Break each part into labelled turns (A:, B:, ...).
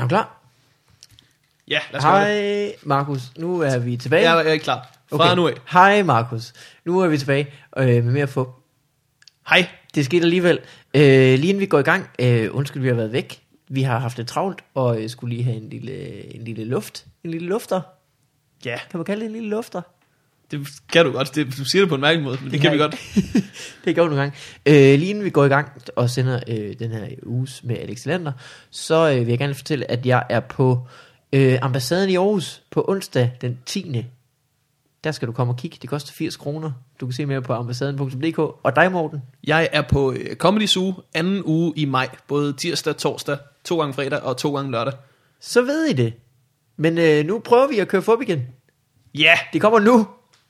A: du klar?
B: Ja, lad os gøre det.
A: Hej Markus, nu er vi tilbage.
B: Jeg er klar. Fra nu af.
A: Hej Markus, nu er vi tilbage med mere få.
B: Hej.
A: Det skete alligevel. Lige inden vi går i gang, undskyld vi har været væk. Vi har haft det travlt og skulle lige have en lille lufter.
B: Ja,
A: Kan man kalde det en lille lufter?
B: det kan du godt. Du siger det på en mærkelig måde, men det kan vi godt.
A: Det går nogle gange. Lige inden vi går i gang og sender den her uges med Alex Lander, så vil jeg gerne fortælle, at jeg er på ambassaden i Aarhus på onsdag den 10. Der skal du komme og kigge. Det koster 80 kroner. Du kan se mere på ambassaden.dk. Og dig, Morten?
B: Jeg er på Comedy Zoo anden uge i maj. Både tirsdag, torsdag, 2 gange fredag og 2 gange lørdag.
A: Så ved I det. Men nu prøver vi at køre fup igen.
B: Ja.
A: Det kommer nu.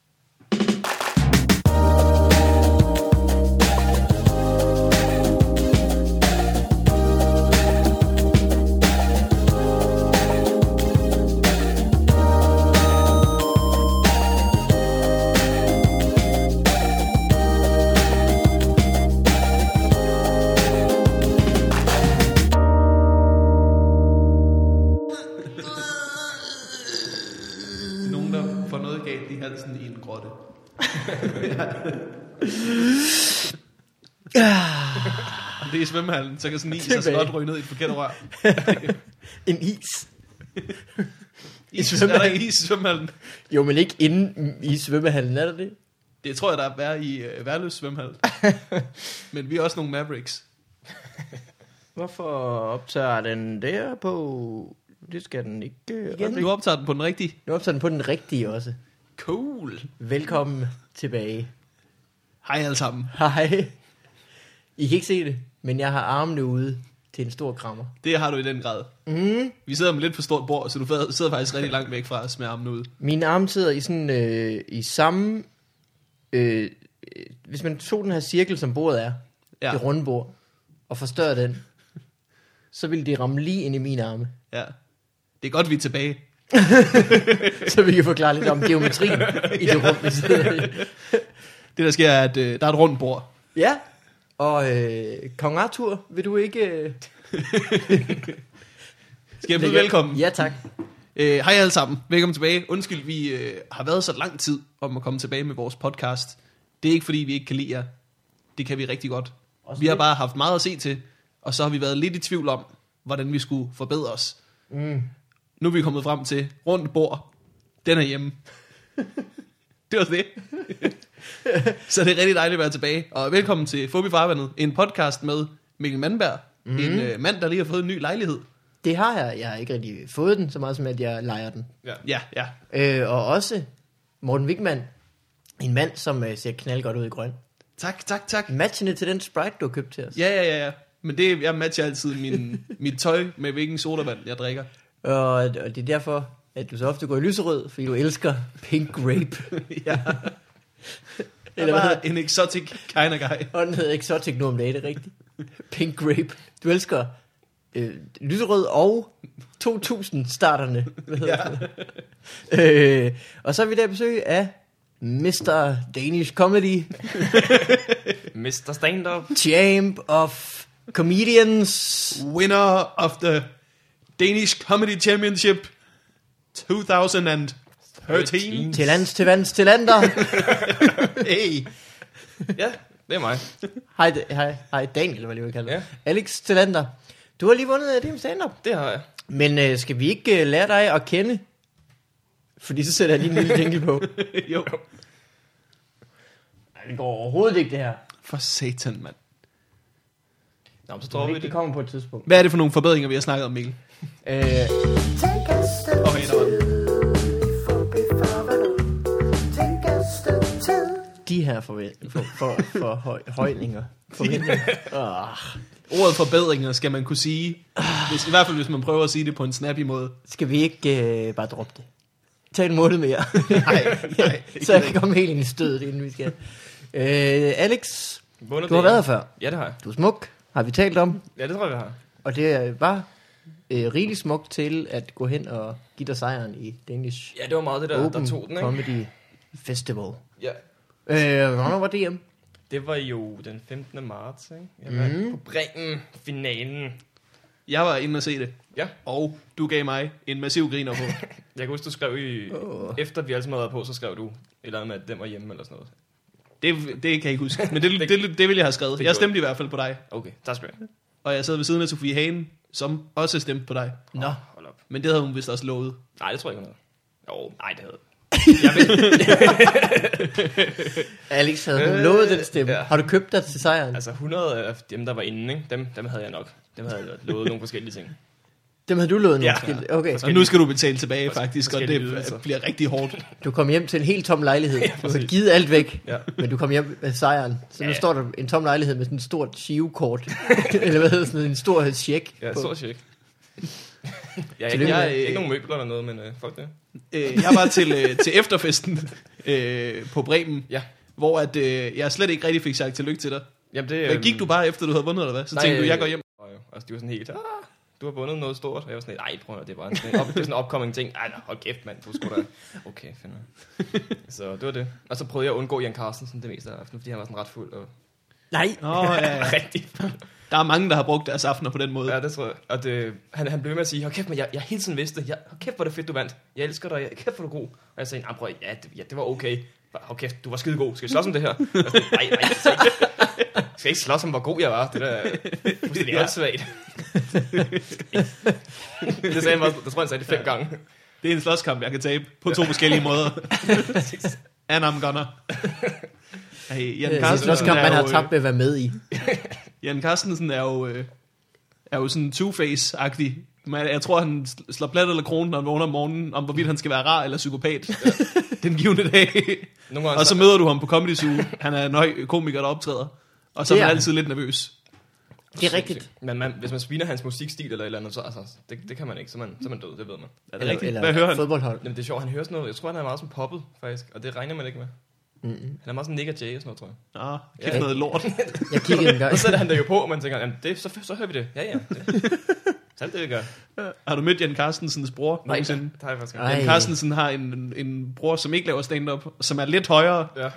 B: Nogen, der får noget galt i halsen i en grotte. Om det er i svømmehallen, så kan sådan en is altså godt ryge ned i et forkert rør.
A: En is.
B: Er der ikke is i svømmehallen?
A: Jo, men ikke inde i svømmehallen, er der det?
B: Det tror jeg, der er i Værløs svømmehal. Men vi er også nogle Mavericks.
A: Hvorfor optager den der på? Det skal den ikke.
B: Nu optager den på den rigtige.
A: Nu optager den på den rigtige også.
B: Cool.
A: Velkommen tilbage.
B: Hej alle sammen.
A: Hej. I kan ikke se det, men jeg har armene ude til en stor krammer.
B: Det har du i den grad. Vi sidder med lidt for stort bord, så du sidder faktisk rigtig langt væk fra os med armene ude.
A: Mine arme sidder i sådan i samme. Hvis man tog den her cirkel, som bordet er,
B: Ja.
A: det runde bord, og forstørrer den, så ville det ramme lige ind i mine arme.
B: Ja. Det er godt, vi er tilbage.
A: Så vi kan forklare lidt om geometrien i det rum, vi sidder i.
B: Det der sker er, at der er et rundt bord.
A: Ja, og Kong Arthur, vil du ikke...
B: Skal jeg byde velkommen?
A: Ja, tak.
B: Hej alle sammen. Velkommen tilbage. Undskyld, vi har været så lang tid om at komme tilbage med vores podcast. Det er ikke fordi, vi ikke kan lide jer. Det kan vi rigtig godt.
A: Også
B: Vi har
A: det.
B: bare haft meget at se til, og så har vi været lidt i tvivl om, hvordan vi skulle forbedre os. Nu er vi kommet frem til rundt bord. Den er hjemme. Det var det. Så det er rigtig dejligt at være tilbage. Og velkommen til Fubi Farvandet, en podcast med Mikkel Mandberg. En mand, der lige har fået en ny lejlighed.
A: Det har jeg. Jeg har ikke rigtig fået den, så meget som at jeg lejer den.
B: Ja.
A: Og også Morten Wigman. En mand, som ser knaldgodt ud i grøn.
B: Tak.
A: Matchende til den Sprite, du har købt til os.
B: Ja. Men jeg matcher altid mit tøj med hvilken sodavand, jeg drikker.
A: Og det er derfor, at du så ofte går i lyserød, fordi du elsker pink grape.
B: Ja.
A: Eller
B: Eller
A: hvad
B: bare en exotic kind of guy.
A: Og den hedder exotic nu om dagen, det er rigtigt. Pink grape. Du elsker lyserød og 2000 starterne. Hvad hedder det? Og så er vi der besøg af Mr. Danish Comedy.
C: Mr. Stand-up.
A: Champ of Comedians.
B: Winner of the Danish Comedy Championship 2013.
A: Til lands, til vands, til lander.
B: Hey.
C: Ja, det er mig.
A: Hej Daniel, hvad jeg vil kalde det.
C: Ja.
A: Alex Tillander. Du har lige vundet det med stand-up.
C: Det har jeg.
A: Men skal vi ikke lære dig at kende? Fordi så sætter jeg lige en lille jingle på.
B: Jo.
A: Nej, det går overhovedet ikke det her.
B: For satan, mand.
C: Nå, så tror vi
A: Det
C: det.
A: kommer på et tidspunkt.
B: Hvad er det for nogle forbedringer, vi har snakket om, Mikkel?
A: Øh,
B: Okay, der var den.
A: de her højninger. Forventninger.
B: Ordet forbedringer skal man kunne sige. I hvert fald, hvis man prøver at sige det på en snappy måde.
A: Skal vi ikke bare droppe det? Tag en måned mere.
B: Nej.
A: Så jeg kan komme helt ind i stødet, inden vi skal. Alex, du har været her før.
C: Ja, det har jeg.
A: Du er smuk, har vi talt om.
C: Ja, det tror jeg, vi har.
A: Og det var rigeligt smukt til at gå hen og give dig sejren i Danish
C: Ja, det var meget det der,
A: Open
C: der tog den, ikke?
A: Comedy Festival.
C: Ja.
A: Hvornår var DM?
C: Det var jo den 15. marts, ikke? Jeg var på Bremen-finalen.
B: Jeg var inde og se det,
C: Ja.
B: og du gav mig en massiv griner på.
C: Jeg kan huske, du skrev efter vi alle sammen havde været på, så skrev du et eller andet med, at den var hjemme eller sådan noget.
B: Det kan jeg ikke huske, men det vil jeg have skrevet. Jeg stemte i hvert fald på dig,
C: Okay, tak skal du have.
B: og jeg sad ved siden af Sofie Hagen, som også stemte på dig.
A: Nå.
C: Hold op.
B: Men det havde hun vist også lovet.
C: Nej, det tror jeg ikke, hun havde. Jo, nej, det havde
A: Alex, havde du lovet den stemme?
C: Ja.
A: Har du købt dig til sejren?
C: Altså 100 af dem, der var inde, ikke? Dem havde jeg nok. Dem havde jeg lovet nogle forskellige ting.
A: Dem havde du lovet
C: Ja.
A: nogle okay.
B: Og nu skal du betale tilbage faktisk, og
C: forskellige
B: det
C: ydelser.
B: bliver rigtig hårdt.
A: Du kom hjem til en helt tom lejlighed. Du har
C: præcis.
A: givet alt væk,
C: Ja.
A: men du kom hjem med sejren. Så nu
C: Ja.
A: står der en tom lejlighed med sådan en stort shivekort. Eller hvad hedder sådan en stor check.
C: Ja,
A: på.
C: stor check. Jeg
A: Tillykke
C: er
A: med.
C: ikke nogen møbler eller noget, men fuck det.
B: Jeg var til efterfesten på Bremen,
C: Ja.
B: hvor at, jeg slet ikke rigtig fik sagt tillykke til dig.
C: Jamen det...
B: Men gik du bare efter, du havde vundet, eller hvad? Så
C: Nej,
B: tænkte du, jeg går hjem.
C: Altså, de var sådan helt... Du har vundet noget stort. Og jeg var sådan, nej, prøv at høre, det er bare det er sådan en upcoming ting. Ej, hold kæft, mand. Du skulle da... Okay, finder. Så det var det. Og så prøvede jeg at undgå Jan Carstensen det meste af aftenen, fordi han var sådan ret fuld. Og
A: Nej.
B: Ja.
C: rigtig fuld.
B: Der er mange, der har brugt deres aftener på den måde.
C: Ja, det tror jeg. Og han blev med at sige, hold kæft, men jeg hele tiden vidste, hold kæft, hvor er det fedt, du vandt. Jeg elsker dig, kæft, hvor er du god. Og jeg sagde, nej, prøv, det var okay. Hold kæft, du var skide god. Skal vi slås om det her? Nej, jeg skal ikke slås om, hvor god jeg var. Det der er fuldstændig åndssvagt. Det sagde han bare, det tror jeg, han sagde det 5 gange.
B: Det er en slåskamp, jeg kan tabe på 2 forskellige måder. And I'm gonna. Hey, Jan
A: Det er en
B: Carstensen
A: slåskamp, man
B: er
A: har
B: jo,
A: tabt ved at være med i.
B: Jan Carstensen er jo sådan two-face-agtig. Jeg tror, han slår plat eller kronen, når han vågner om morgenen, om hvorvidt han skal være rar eller psykopat. Den givende dag.
C: Nogle gange
B: Og så møder du ham på Comedy Zoo. Han er en høj komiker, der optræder. Og så er
A: Det er
B: man
A: han.
B: altid lidt nervøs.
A: Det er rigtigt.
C: Men hvis man spiner hans musikstil eller et eller andet, så altså, det kan man ikke. Så er man død, det ved man.
B: Er det rigtigt?
A: Eller
B: Hvad hører han?
A: fodboldhold.
C: Jamen det er sjovt, han hører sådan noget. Jeg tror, han er meget sådan poppet, faktisk. Og det regner man ikke med. Han er meget sådan Nick og Jay og sådan noget, tror jeg.
B: Kæft
A: Ja.
B: noget lort.
A: Jeg kiggede en gang.
C: Og så sætter han det jo på, og man tænker, jamen så hører vi det. Ja. Så er det, vi gør.
B: Har du mødt Jan Carstensens bror nogensinde?
C: Det har jeg faktisk ikke.
A: Ej.
B: Jan Carstensen har en bror, som ikke laver stand-up, som er lidt højere
C: Ja.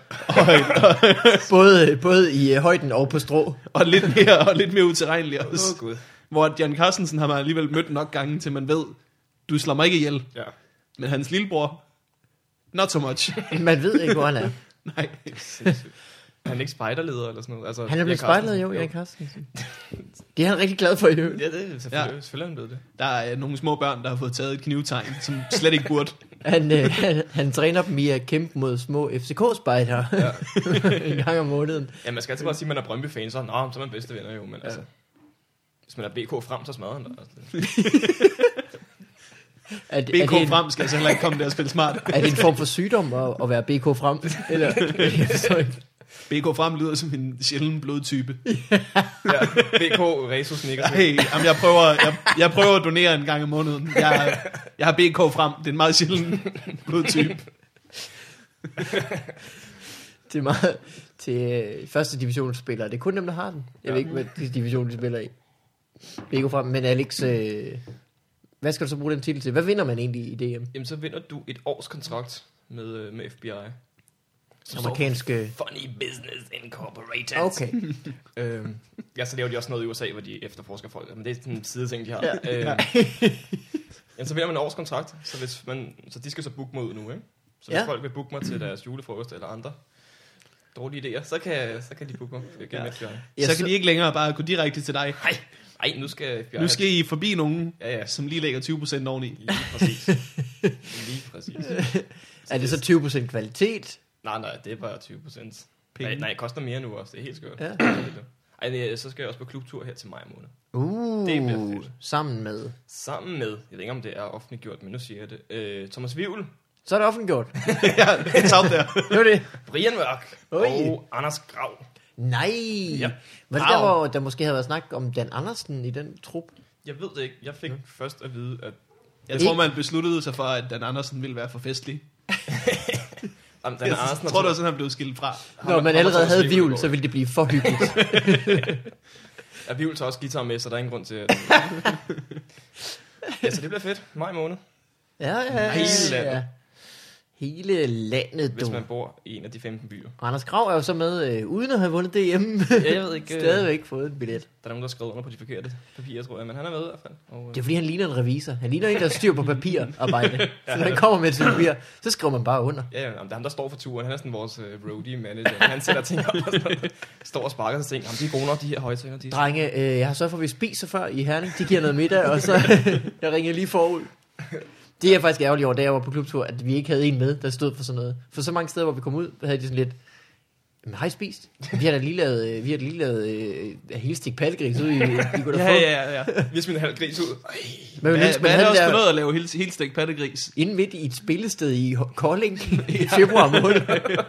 A: Både i højden og på strå.
B: og lidt mere utilregnelig også.
C: Gud.
B: Hvor Jan Carstensen har man alligevel mødt nok gange, til man ved, du slår mig ikke ihjel.
C: Ja.
B: Men hans lillebror, not so much.
A: Man ved ikke, hvor han er.
B: Nej.
C: Sindssygt. Han er ikke spejderleder eller sådan noget. Altså,
A: Han er blevet
C: Jan Carstensen.
A: spejlet, jo, Jan Carstensen. Det er han rigtig glad for i øvrigt.
C: Ja, det er selvfølgelig, selvfølgelig er han blevet det.
B: Der er nogle små børn, der har fået taget et knivtegn, som slet ikke burde.
A: Han træner dem i at kæmpe mod små FCK-spejdere en gang om måneden.
C: Ja, man skal altid bare sige, at man er Brøndby-fan, så er man bedste venner jo. Men altså, hvis man er BK frem, så smadrer han dig. Altså.
B: BK frem skal altså heller ikke komme der og spille smart.
A: Er det en form for sygdom at være BK frem? Eller, jeg forstår ikke.
B: BK frem lyder som en sjælden blodtype.
C: Ja, BK Resus negativ.
B: Hey, jamen jeg prøver at donere en gang om måneden. Jeg har BK frem. Det er en meget sjælden blodtype.
A: Det er meget til første divisionsspillere. Det er kun dem, der har den. Jeg ved ikke, hvad division de spiller i. BK frem. Men Alex, hvad skal du så bruge den titel til? Hvad vinder man egentlig i DM?
C: Jamen, så vinder du et års kontrakt med FBI.
A: Amerikanske...
C: Funny Business Incorporated.
A: Okay.
C: Ja, så laver de også noget i USA, hvor de efterforsker folk. Men det er sådan en sideting, de har.
A: Ja.
C: Jamen, så vinder man en års kontrakt. Så de skal så booke mig ud nu, ikke? Så hvis folk vil booke mig til deres julefrokost eller andre dårlige idéer, så kan de booke mig gennem FBI.
B: Så kan de ikke længere bare gå direkte til dig.
C: Nej, nu skal FBI...
B: Nu skal I forbi nogen,
C: Ja.
B: som lige lægger 20% oveni.
C: Lige præcis. Lige præcis.
A: Er det så 20% kvalitet?
C: Nej, det er bare 20%.
B: Penge.
C: Nej, det koster mere nu også. Det er helt skørt.
A: Ja.
C: Ej, så skal jeg også på klubtur her til maj måned. Det bliver fedt.
A: Sammen med...
C: Sammen med, jeg ved ikke om det er offentliggjort, men nu siger jeg det, Thomas Vivl,
A: Så er det offentliggjort.
B: Ja, it's out there.
A: Det var det.
C: Brian Mørk
A: Oj.
C: og Anders Grav.
A: Nej.
C: Ja.
A: Var det der, hvor der måske havde været snak om Dan Andersen i den trup?
C: Jeg ved det ikke. Jeg fik først at vide, at
B: Jeg tror, man besluttede sig for, at Dan Andersen ville være for festlig.
C: Dan
B: Jeg
C: Andersen
B: tror, det var sådan, han blev skilt fra.
A: Når man allerede havde Vivl, så ville det blive for hyggeligt.
C: at Vivl tager også guitar med, så der er ingen grund til at... Ja, så det bliver fedt. Maj måned.
A: Ja.
C: Hele landet.
A: Hele landet,
C: hvis
A: du.
C: man bor i en af de 15 byer.
A: Og Anders Grav er jo så med, uden at have vundet det hjemme.
C: Ja, jeg ved ikke.
A: Stadigvæk fået en billet.
C: Der er nogen, der har skrevet under på de forkerte papirer, tror jeg, men han er med i hvert fald. Og,
A: Det er fordi, han ligner en revisor. Han ligner en, der har styr på papirarbejde. Så når han kommer med til papir, så skriver man bare under.
C: ja, det er ham, der står for turen. Han er sådan vores roadie manager. Han sætter ting op og sådan noget. Står og sparker sig ting. Jamen, de er gode nok, de her højtaler. De er...
A: Drenge, jeg har sørget for, at vi spiser før i Herning. De giver noget middag, og så jeg ringer lige forud. Det er jeg faktisk ærgerlig over, da jeg var på klubtur, at vi ikke havde en med, der stod for sådan noget. For så mange steder, hvor vi kom ud, havde de sådan lidt, men har I spist? Vi har da lige lavet helstik pattegris ude i kunne da få.
C: Ja. Vi har smidt en halv gris ud.
A: Men
B: Hvad er det også for noget at lave helt stegt pattegris?
A: Inden midt i et spillested i Kolding i februar måned.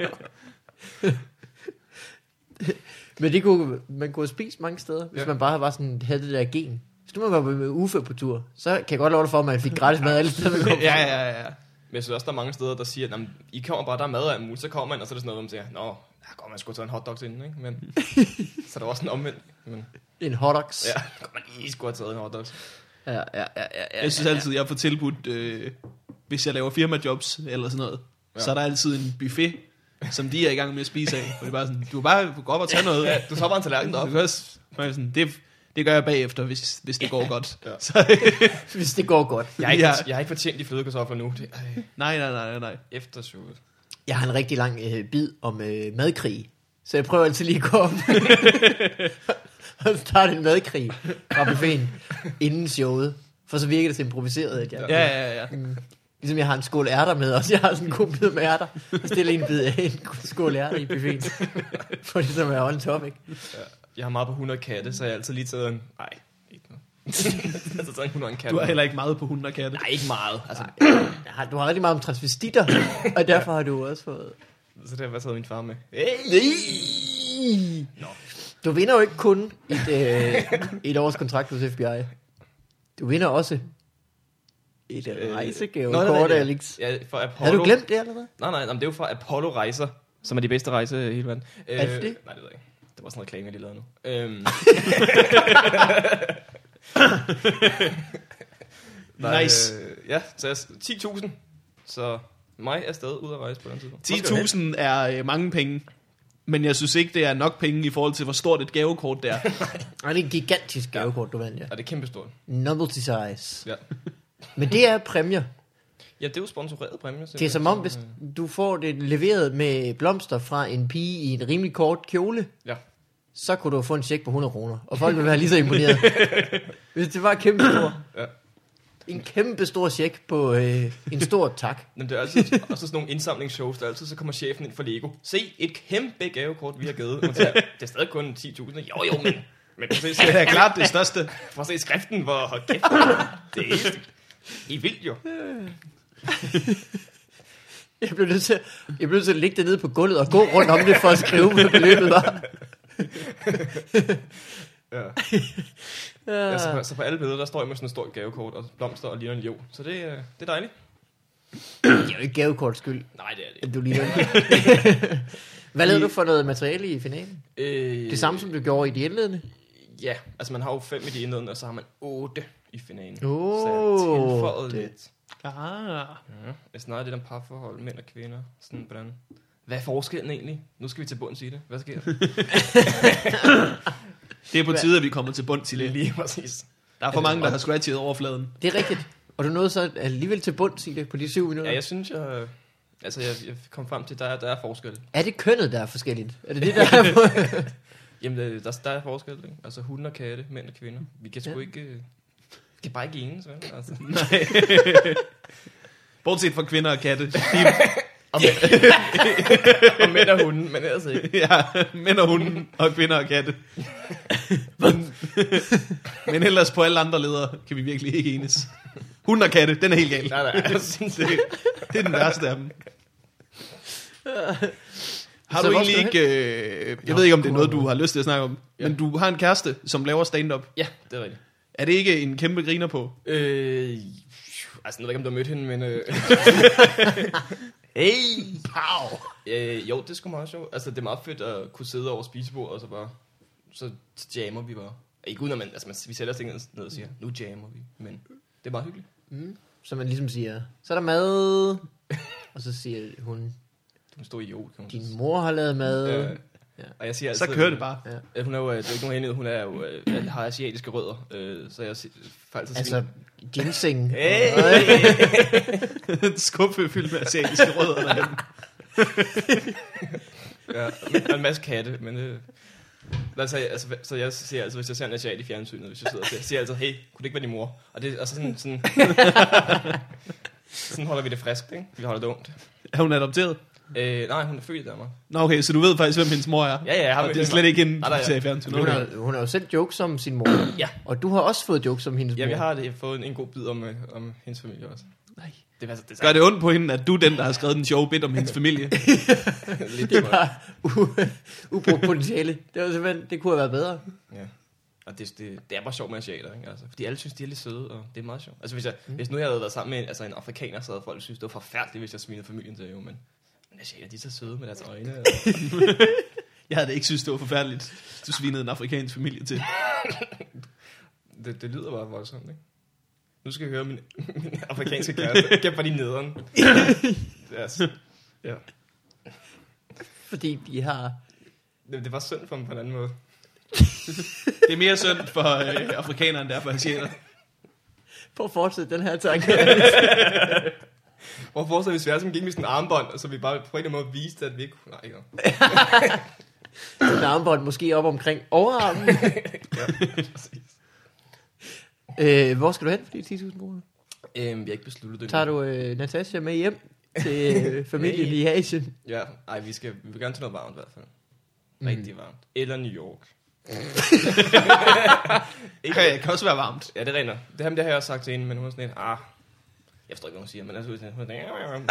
A: Men det kunne, man kunne have spist mange steder, hvis man bare var sådan, havde det der gen. Hvis nu man var med Uffe på tur, så kan jeg godt love dig for, at man fik gratis mad alle steder, man kom.
B: Ja.
C: Men jeg synes også, der er mange steder, der siger, at I kommer bare, der er mad af muligt. Så kommer man, og så er det sådan noget, hvor man siger, nå, her går man sgu tage en hotdog til inden, ikke? Men, så er der også en omvendt. Men,
A: En hotdogs.
C: ja, går man lige skulle have taget en hotdog.
A: Ja.
B: Jeg synes altid, jeg får tilbudt, hvis jeg laver firmajobs eller sådan noget, så er der altid en buffet, som de er i gang med at spise af. Og det er bare sådan, du kan bare gå op og tage noget.
C: Ja, du tager bare en tallerken
B: Du
C: op.
B: kan også, sådan, det gør jeg bagefter, hvis det går godt.
C: Ja.
B: Så,
A: Hvis det går godt.
C: Jeg har ikke fortjent de flødekartofler nu. Det,
B: nej.
C: efter showet.
A: Jeg har en rigtig lang bid om madkrig, så jeg prøver altid lige at gå op og starte en madkrig fra buffeten inden showet. For så virker det så improviseret, at jeg...
B: Ja.
A: Ligesom jeg har en skål ærter med, og jeg har sådan en god bid med ærter. Jeg stiller en bid af en skål ærter i buffeten. For det som er on topic.
C: Ja. Jeg har meget på 100 katte, så jeg har altid lige taget en... Nej, ikke noget. Jeg har taget en 100 katte.
B: Du har heller ikke meget på 100 katte.
C: Nej, ikke meget. Altså,
A: Du har rigtig meget om transvestitter, og derfor har du også fået...
C: så det har jeg taget min far med.
A: Nå. Du vinder jo ikke kun et års kontrakt hos FBI. Du vinder også et rejsegavekort, Alex.
C: Ja, for Apollo.
A: Har du glemt det allerede?
C: Nej, det er jo fra Apollo Rejser, som er de bedste rejser i hele verden.
A: Er det det?
C: Nej, det ved jeg ikke. Det var sådan noget reklame, jeg lige lavede nu.
B: Nice.
C: Ja, så jeg 10.000. Så mig er stadig ude at rejse på den tid.
B: 10.000 er mange penge, men jeg synes ikke, det er nok penge i forhold til, hvor stort et gavekort det er.
A: Nej, det er en gigantisk gavekort, du vandt, ja.
C: Ja, det er kæmpestort.
A: Novelty size.
C: Ja.
A: Men det er præmier.
C: Ja, det er jo sponsoreret præmier.
A: Det er som om, hvis du får det leveret med blomster fra en pige i en rimelig kort kjole,
C: Ja.
A: så kunne du få en check på 100 kroner. Og folk vil være lige så imponeret. Hvis det var kæmpe stor.
C: Ja.
A: En kæmpe stor check på en stor tak.
C: Men det er altid også sådan nogle indsamlingsshows, der altid så kommer chefen ind for Lego. Se, et kæmpe gavekort, vi har givet. Og siger, det er stadig kun 10.000. Jo, men prøv at se,
B: Det er klart det største.
C: prøv at se skriften, hvor hold kæft. Det er helt vildt jo.
A: Jeg blev nødt til at lægge det ned på gulvet og gå rundt om det for at skrive, hvad beløbet var.
C: Ja, så på alle billeder, der står jeg med sådan et stort gavekort og blomster og ligner en liv. Så det er dejligt.
A: Det er jo ikke gavekorts skyld,
C: Nej, det er det
A: at
C: ikke.
A: du ligner. Hvad lavede du for noget materiale i finalen? Det samme, som du gjorde i de indledende?
C: Ja, altså man har jo 5 i de indledende, og så har man 8 i finalen. Så
A: Åh,
C: jeg tilføjet
A: det-
C: lidt.
B: Ah.
C: Ja, jeg snakker lidt om parforhold, mænd og kvinder. Sådan, hvordan... Hvad er forskellen egentlig? Nu skal vi til bunds i det. Hvad sker der?
B: Det er på tide, at vi kommer til bunds i det.
C: Lige præcis.
B: Der er for mange, der har scratchet overfladen.
A: Det er rigtigt. Og du nåede så alligevel til bunds i det på de 7 minutter.
C: Ja, jeg synes, jeg kom frem til, at der er forskel.
A: Er det kønnet, der er forskelligt? Er det det, der er
C: Jamen, der er forskel, ikke? Altså hunde og katte, mænd og kvinder. Vi kan sgu ikke... Vi kan bare ikke enes, vel? Altså.
B: Bortset fra kvinder og katte.
C: Og mænd og hunde, men ellers ikke.
B: Ja, mænd og hunden og kvinder og katte. Men ellers på alle andre ledere kan vi virkelig ikke enes. Hund og katte, den er helt gal.
C: Nej, jeg synes det.
B: Det er den værste af dem. Har
A: Så
B: du
A: hvor
B: egentlig
A: skal
B: ikke... Jeg ved ikke, om det er noget, du har lyst til at snakke om.
C: Ja.
B: Men du har en kæreste, som laver stand-up.
C: Ja, det er rigtigt.
B: Er det ikke en kæmpe griner på?
C: Altså, jeg ved ikke, om du har mødt hende, men...
A: Hey! Pow!
C: jo, det er sgu meget sjovt. Altså, det er meget fedt at kunne sidde over spisebordet, og så bare... Så jammer vi bare. Ikke uden at vi sætter os ikke ned og siger, nu jammer vi. Men det er meget hyggeligt.
A: Så man ligesom siger, så er der mad. Og så siger hun,
C: Du er en stor idiot, kan hun
A: din
C: sige.
A: mor har lavet mad.
C: Og jeg siger altid,
B: Så kører det bare.
C: Hun er jo, det er ikke nogen hemmelighed, hun er jo, har asiatiske rødder, så jeg får altid
A: Altså, ginseng.
B: En skuffe fyldt med asiatiske rødder derhjemme.
C: Ja, og en masse katte, men altså, så jeg siger altså, hvis jeg ser en asiat i fjernsynet, hvis jeg sidder og siger altid, hey, kunne det ikke være din mor? Og det, altså sådan sådan holder vi det friskt, ikke? Vi holder det ondt.
B: Er hun adopteret?
C: Nej, hun er født i Danmark.
B: Nå okay, så du ved faktisk, hvem hendes mor er?
C: Ja, jeg har
B: og det er slet ikke hende, du ser i fjernsynet.
A: Hun,
B: Okay.
A: hun har jo sendt jokes om sin mor.
C: Ja.
A: Og du har også fået jokes om hendes mor.
C: Ja, jeg har fået en god bid om hendes familie også.
B: Nej.
C: Det
B: Gør det ondt på hende, at du er den, der har skrevet den sjove bit om hendes familie?
C: lidt
A: Det er bare ubrugt potentiale. Det var simpelthen, det kunne have været bedre.
C: Ja. Og det er bare sjovt med asiater, ikke? Altså, fordi alle synes, de er lidt søde, og det er meget sjovt. Altså, hvis nu jeg havde været sammen med en afrikaner, så havde folk synes, det var forfærdeligt, hvis jeg svinede familien til, jo, men asiater, de er så søde med deres øjne.
B: Jeg havde ikke synes, det var forfærdeligt, du svinede en afrikansk familie til.
C: Det lyder bare voldsomt, ikke? Nu skal jeg høre min afrikanske kæreste. Gæt bare de nederen. Ja.
A: Fordi de har...
C: Det var synd for dem på en anden måde.
B: Det er mere synd for afrikanere, end det er for asiater.
A: Prøv at fortsætte den her tanke.
C: Hvor fortsætter hvis vi er som gik med sådan en armbånd, og så vi bare på en eller anden måde viste, at vi ikke... Nej, ikke.
A: En armbånd måske op omkring overarmen.
C: Ja, præcis.
A: Hvor skal du hen for de 10.000 kroner?
C: Vi har ikke besluttet det.
A: Tager du Natasha med hjem til familien i Asien?
C: Ja, ej, vi vil gerne til noget varmt i hvert fald. Rigtig varmt. Eller New York.
B: Det kan også være varmt.
C: Ja, det regner. Det har jeg også sagt til hende, men hun er sådan lidt, jeg forstår ikke, hvad hun siger, men altså, hun er sådan,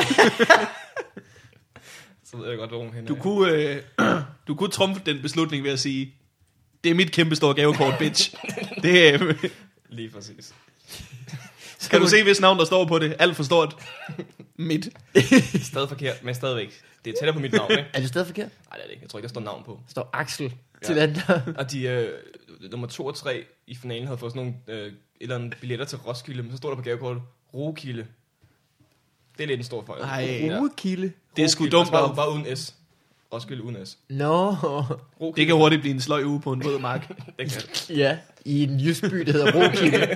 C: så ved jeg godt, hvor hun hen.
B: Du kunne trumfe den beslutning ved at sige, det er mit kæmpe store gavekort, bitch. Det er...
C: Lige præcis.
B: Kan du se, hvis navn der står på det? Alt for stort. Mit.
C: Stadig forkert, men stadigvæk. Det er tættere på mit navn, ikke?
A: Er det stadig forkert?
C: Nej, det er det ikke. Jeg tror ikke, der står navn på.
A: Der står Axel til andre.
C: Og de nummer 2 og 3 i finalen havde fået sådan nogle eller andet billetter til Roskilde, men så stod der på gavekortet Roskilde. Det er lidt en stor fejl.
B: Ej,
A: Rugekilde.
B: det er sgu dumt.
C: Bare uden S. Roskilde uden S.
A: Nå.
B: Det kan hurtigt blive en sløj uge på en rød mark.
C: Det kan.
A: Ja, i en jysk by, der hedder Rugekilde.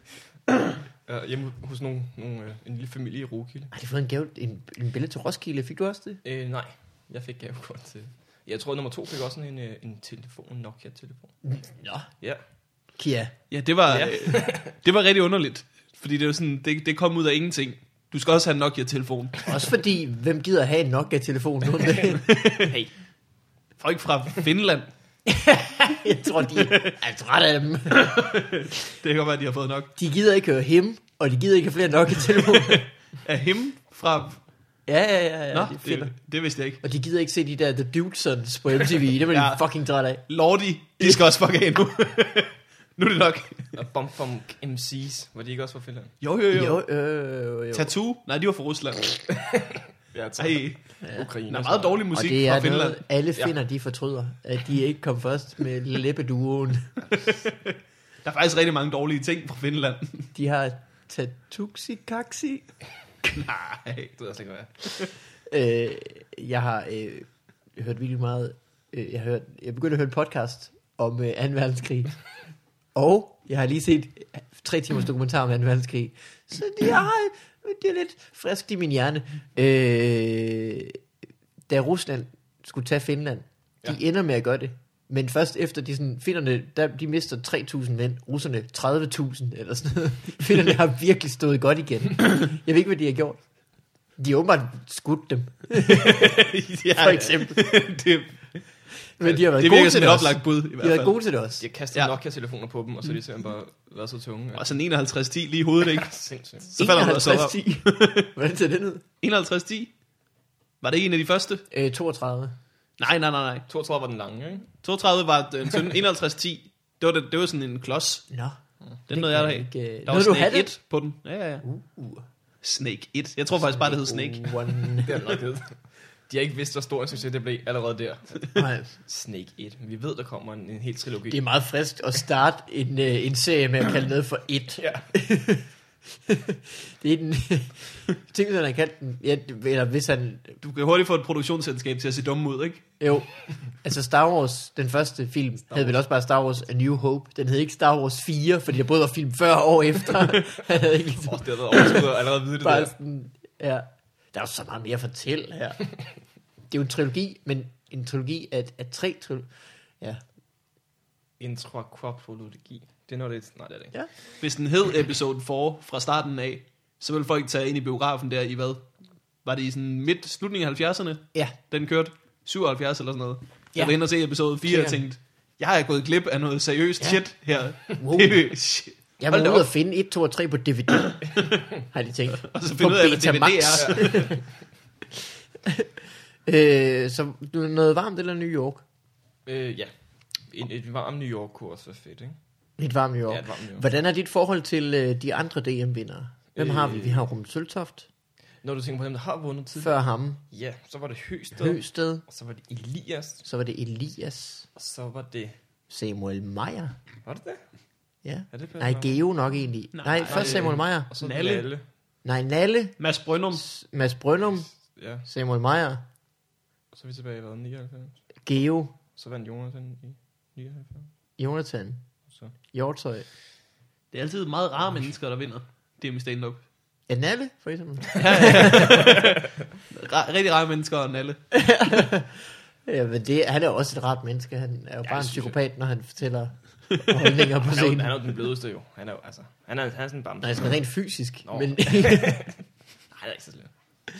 C: Hjemme hos en lille familie i Roskilde.
A: Har de fået en gave, en billede til Roskilde? Fik du også det?
C: Nej, jeg fik gavekort til. Jeg tror, nummer 2 fik også sådan en telefon, en Nokia-telefon.
A: Nå.
C: Ja.
A: Kia.
B: Ja, det var rigtig underligt. Fordi det var sådan, det kom ud af ingenting. Du skal også have en Nokia-telefon.
A: Også fordi, hvem gider have en Nokia-telefon nu?
C: Hey.
B: Folk fra Finland.
A: Jeg tror, de er træt af dem.
B: Det kan godt være, de har fået nok.
A: De gider ikke høre him, og de gider ikke have flere Nokia-telefoner.
B: Af him fra...
A: Ja.
B: Nå,
A: De
B: det vidste jeg ikke.
A: og de gider ikke se de der The Dudesons på MTV. Det var de fucking træt af.
B: Lordi, de skal også fuck af nu. Nu er det nok.
C: Og Bomb MC's, var de ikke også fra Finland?
B: Jo. Tattoo? Nej, de var fra Rusland.
C: Ja,
B: Ej,
C: Ukraine.
B: der er meget dårlig
A: Og
B: musik
A: det er
B: fra Finland.
A: noget, alle finder, de fortryder. At de ikke kom først med Leppeduoen.
B: Der er faktisk rigtig mange dårlige ting fra Finland.
A: De har Tatuxi Kaxi.
B: Nej.
C: Det ved jeg slet ikke, hvad
A: Jeg har hørt virkelig meget. Jeg begyndte at høre en podcast om 2. verdenskrig. Og jeg har lige set 3 timers dokumentar om 2. verdenskrig. Så det er lidt frisk i min hjerne. Da Rusland skulle tage Finland, de ender med at gøre det. Men først efter finnerne, de mister 3.000 mænd, russerne 30.000 eller sådan noget. Finnerne har virkelig stået godt igen. Jeg ved ikke, hvad de har gjort. De har åbenbart skudt dem. For eksempel. Men de har været
B: det
A: gode
B: virker
A: til
B: som
A: det
B: et
A: også.
B: oplagt bud, i hvert
A: De
B: fald.
A: har været gode til det også.
C: De har kastet Nokia-telefoner på dem, og så er de simpelthen bare været så tunge.
B: Og sådan 51-10 lige i hovedet, ikke?
C: Sindssygt.
B: Så falder man så op.
A: 51-10. Hvordan ser den ud?
B: 51-10? Var det ikke en af de første?
A: 32.
B: Nej.
C: 32 var den lange, ikke?
B: 32 var den tynde. 51-10. Det var sådan en klods.
A: Nå.
B: Den nåede jeg der af. Der var
A: du
B: Snake
A: have
B: 1 på den. Ja. Snake 1. Jeg tror faktisk bare, det hed Snake.
A: One.
C: Det er nok det. De har ikke vidst, hvor stor en succes det blev allerede der.
A: Nej.
C: Snake 1. Men vi ved, der kommer en hel trilogi.
A: Det er meget frisk at starte en serie med at kalde noget for 1.
C: Ja.
A: Det er den... Tænk, at han kaldte den... Ja, eller hvis han...
B: Du kan hurtigt få et produktionsselskab til at se dumme ud, ikke?
A: Jo. Altså Star Wars, den første film, hed vel også bare Star Wars A New Hope. Den hed ikke Star Wars 4, fordi der både var film før og år efter. Han havde ikke ligesom...
C: Det har været overskud at allerede vide det
A: bare
C: der.
A: sådan, ja. Der er jo så meget mere at fortælle her. Det er jo en trilogi, men en trilogi af 3 trilogi. Ja.
C: Intra-quadrologi. Det er noget, det... Nej, det er det ikke.
A: Ja.
B: Hvis den hed episode 4 fra starten af, så ville folk tage ind i biografen der i hvad? Var det i sådan slutningen af 70'erne?
A: Ja.
B: Den kørte 77 eller sådan noget.
A: Ja.
B: Jeg var inde og se episode 4 og
A: Sikkert.
B: tænkte, jeg er gået glip af noget seriøst shit her.
A: Wow.
B: Det er shit.
A: Jeg
B: Hold
A: må
B: da
A: ud
B: op.
A: og finde 1, 2 og 3 på DVD. Har de tænkt.
B: Og så
A: På
B: finde ud af, hvad
A: Betamax.
B: DVD er.
A: Så du er noget varmt eller New York?
C: Ja. Et varmt New York kunne også være fedt, ikke?
A: Et varmt New York.
C: Ja, et varmt New York.
A: Hvordan er dit forhold til de andre DM-vindere? Hvem har vi? Vi har Ruben Søltoft.
C: Når du tænker på dem, der har vundet tid.
A: Før ham.
C: Ja, så var det Høsted.
A: Høsted.
C: Og så var det Elias.
A: Så var det Elias.
C: Og så var det...
A: Samuel Meyer.
C: Var det det?
A: Ja.
C: Er det
A: Nej, Geo nok egentlig. Nej, først Samuel Meyer.
C: Og så
B: Nalle.
C: Nalle.
A: Nej, Nalle.
B: Mads Brøndum.
A: Mads Brøndum.
C: Ja.
A: Samuel Meyer.
C: Og så er vi tilbage i 99.
A: Geo.
C: Så vandt Jonathan i 99.
A: Jonathan.
C: Så.
A: Hjortøj.
B: Det er altid meget rare mennesker, der vinder. Det er med stand-up.
A: Ja, Nalle, for eksempel.
B: Rigtig rare mennesker og alle.
A: Ja, men han er jo også et rart menneske. Han er jo bare en
C: det synes
A: psykopat, når han fortæller holdninger på
C: Han
A: scenen.
C: er jo den blødeste jo. Han er jo altså... Han er sådan en bamse.
A: Nej, sådan rent fysisk.
C: Nå.
A: Men,
C: Nej, det er ikke så slemt.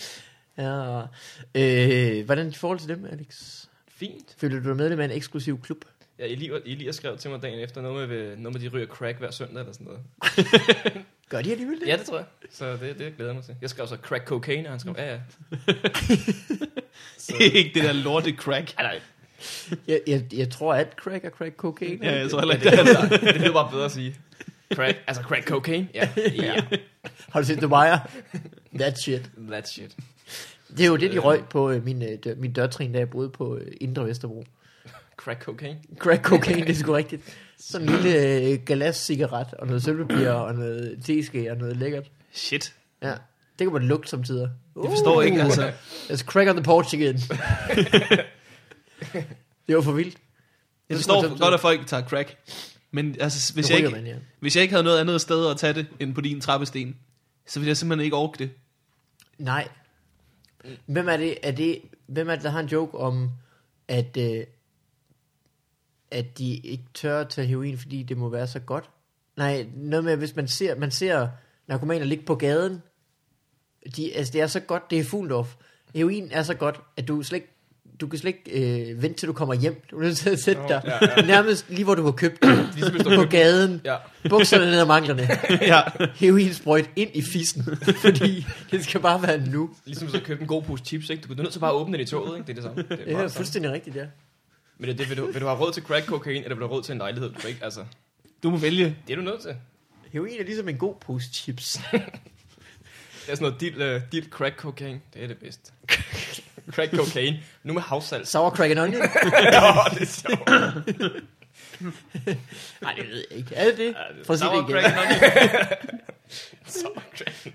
A: ja, hvordan er dit forhold til dem, Alex?
C: Fint.
A: Føler du dig medlem af en eksklusiv klub?
C: Ja, Elias skrev til mig dagen efter noget med de ryger crack hver søndag eller sådan noget.
A: Gør de alligevel det?
C: Ja, det tror jeg. Så det glæder jeg mig til. Jeg skrev så crack cocaine, og han skrev, ja. Så,
B: Ikke det der lorte crack.
C: nej.
A: Jeg tror, at crack er crack cocaine.
B: Ja, jeg tror heller
C: Det,
B: ikke det.
C: det lyder bare bedre at sige. Crack cocaine? Ja. Ja.
A: Har du set The Wire? That shit.
C: That shit.
A: Det er jo det, de røg på min dørtrin, da jeg boede på Indre Vesterbro.
C: Crack cocaine?
A: Crack cocaine, det er sgu rigtigt. Sådan en lille galas-cigaret, og noget sølvpapir, og noget teske, og noget lækkert.
B: Shit.
A: Ja, det kan man lugte samtidig.
B: Jeg forstår ikke, altså.
A: There's crack on the porch again. Det var for vildt.
B: Jeg forstår godt, at folk tager crack. Men altså, hvis jeg ikke havde noget andet sted at tage det, end på din trappesten, så ville jeg simpelthen ikke orke det.
A: Nej. Hvem er det, der har en joke om, at de ikke tør at tage heroin, fordi det må være så godt? Nej, noget med, hvis man ser narkomaner ligge på gaden, det er så godt, det er Fuldorf. Heroin er så godt, at du kan slet ikke vente til du kommer hjem. Du er nødt til at sætte dig nærmest lige hvor du har købt det, på gaden.
C: Ja.
A: Bukserne ned ad manglerne.
B: Ja.
A: Heroinsprøjt ind i fissen, fordi det skal bare være nu.
C: Ligesom så købe en god pose chips, ikke? Du er nødt til bare at åbne den i toget, ikke? Det er det samme. Det
A: Det er fuldstændig rigtigt, ja.
C: Men vil du have råd til crack cocaine, eller vil du have råd til en lejlighed? Du ikke, altså.
B: Du må vælge.
C: Det er du nødt til.
A: Heroin er ligesom en god pose chips.
C: Det er sådan noget dild crack cocaine. Det er det bedste. Crack cocaine. Nu med havsalt.
A: Sour crack and onion?
C: Det er sjovt.
A: Nej, det ved jeg ikke. Er det det? For at sige
C: Sour
A: det igen.
C: crack and onion. Sour crack.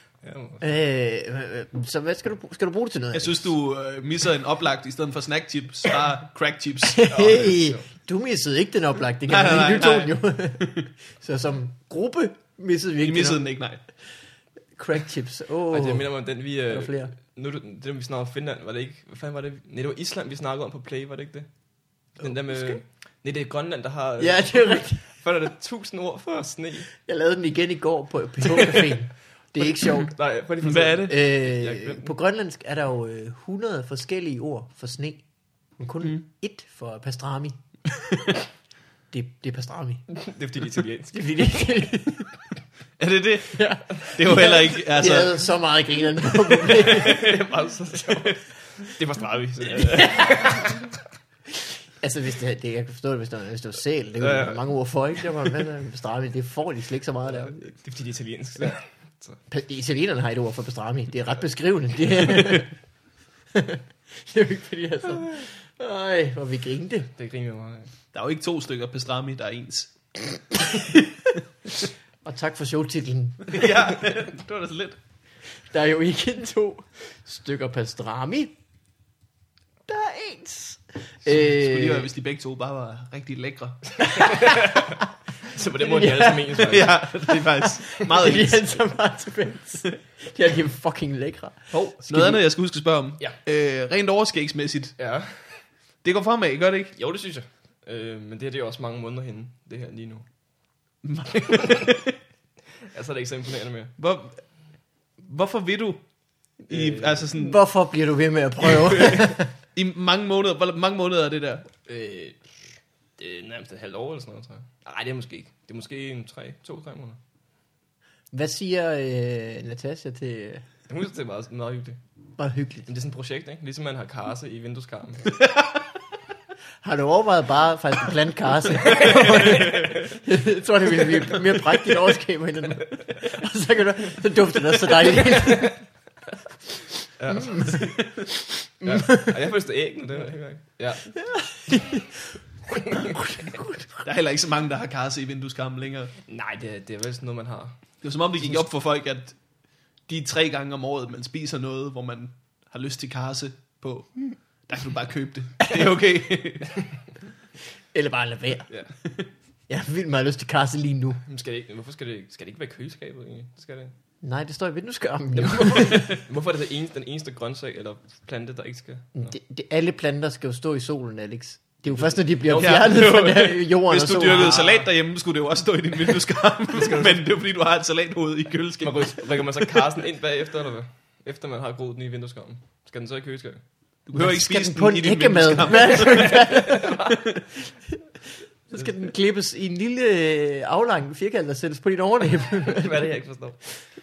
A: Så hvad skal du bruge det til noget?
B: Jeg synes, du misser en oplagt i stedet for snack chips. Bare crack chips.
A: Hey, du missede ikke den oplagt. Det kan man
B: Nej,
A: ikke. Du tog den jo. Så som gruppe missede vi
B: Vi
A: ikke
B: missede
A: den.
B: den ikke, nej.
A: Crack chips.
C: Altså, jeg mener mig, den vi...
A: Der er flere.
C: Nu, den vi snakkede om Finland, var det ikke... Hvad fanden var det? Nej, det var Island, vi snakkede om på Play, var det ikke det? Den der med... Nej, det er Grønland, der har...
A: Ja, det er rigtigt.
C: Før er det 1000 ord for sne.
A: Jeg lavede den igen i går på Caféen. Det er ikke sjovt.
C: Nej, prøv lige
B: Hvad er det?
C: glemte
A: På grønlandsk er der jo 100 forskellige ord for sne. Men kun ét for pastrami. det er pastrami.
C: Det er fordi, det er italiensk.
A: Det er fordi, det
B: Er det det?
A: ja.
B: Det er jo heller ikke... Altså,
A: Jeg havde så meget grinerne på
C: Det er bare så sjovt. Det var stravi.
A: Altså, hvis det, jeg kan forstå det, hvis det var sæl, det kunne være mange ord for, ikke? Det var en pastrami, det får de slet ikke så meget der.
C: Det er fordi, det er italiensk.
A: Italienerne har et ord for pastrami, det er ret beskrivende. Det er, det er jo ikke fordi, altså... Ej, hvor vi grinte.
C: Det griner jeg meget af.
B: der er jo ikke 2 stykker pastrami, der er ens.
A: Og tak for showtitlen.
B: Ja, det var da så lidt.
A: Der er jo ikke 2 stykker pastrami. Der er ens.
B: Skulle lige være, hvis de begge to bare var rigtig lækre.
C: Så på den måde, de alle sammen ens. faktisk.
B: Ja, det er faktisk meget
A: De
B: ens.
A: er så meget til fælles. De er fucking lækre.
B: Noget andet, jeg skal huske at spørge om.
C: Ja.
B: Rent overskægsmæssigt.
C: Ja.
B: Det går fremad, gør det ikke?
C: Jo, det synes jeg. Men det her, det er jo også mange måneder henne, det her lige nu. Altså, er det ikke så imponerende mere.
B: Hvorfor vil du altså sådan,
A: Hvorfor bliver du ved med at prøve?
B: i mange måneder? Hvor mange måneder er det der?
C: Det er nærmest et halvt år eller sådan noget, tror jeg. Nej, det er måske ikke. Det er måske en 2-3 måneder.
A: Hvad siger Natasha til...
C: Jeg husker, det er meget, meget hyggeligt.
A: Bare hyggeligt.
C: Men det er sådan et projekt, ikke? Ligesom man har karse i vindueskarmen.
A: Har du overvejet bare faktisk at plante karse? Jeg tror, det ville blive mere prægtigt overskab på hinanden. Og så dufter det også så dejligt.
C: Ja. Ja. Og jeg første æggene, det er helt godt. Ja.
B: Der er heller ikke så mange, der har karse i vindueskarmen længere.
C: Nej, det er vel sådan noget, man har.
B: Det er som om, det gik op for folk, at de 3 gange om året, man spiser noget, hvor man har lyst til karse på, der kan du bare købe det. Det er okay.
A: Eller bare lade være.
C: Ja.
A: Jeg har vildt meget lyst til karse lige nu.
C: Men hvorfor skal det ikke være køleskabet egentlig? Skal det?
A: Nej, det står i vindueskarmen. Jo.
C: Hvorfor er det den eneste grøntsag eller plante, der ikke skal?
A: Alle planter skal jo stå i solen, Alex. Det er jo først, når de bliver
C: Jo,
A: fjernet
B: jo.
A: fra jorden
B: Hvis
A: og
B: du
A: solen.
B: dyrkede salat derhjemme, skulle det jo også stå i din vindueskarm. Men det er fordi, du har et salathoved i køleskabet.
C: Rykker man så karsen ind bagefter, eller hvad? Efter man har groet den i vindueskarmen. Skal den så i køleskabet?
B: Du behøver ikke
A: Skal
B: spise
A: den på
B: den i
A: en
B: din
A: æggemad?
B: vindueskarm.
A: Så skal den klippes i en lille aflang firkant, der sættes på dit overlæb.
C: Hvad er det, jeg ikke forstår?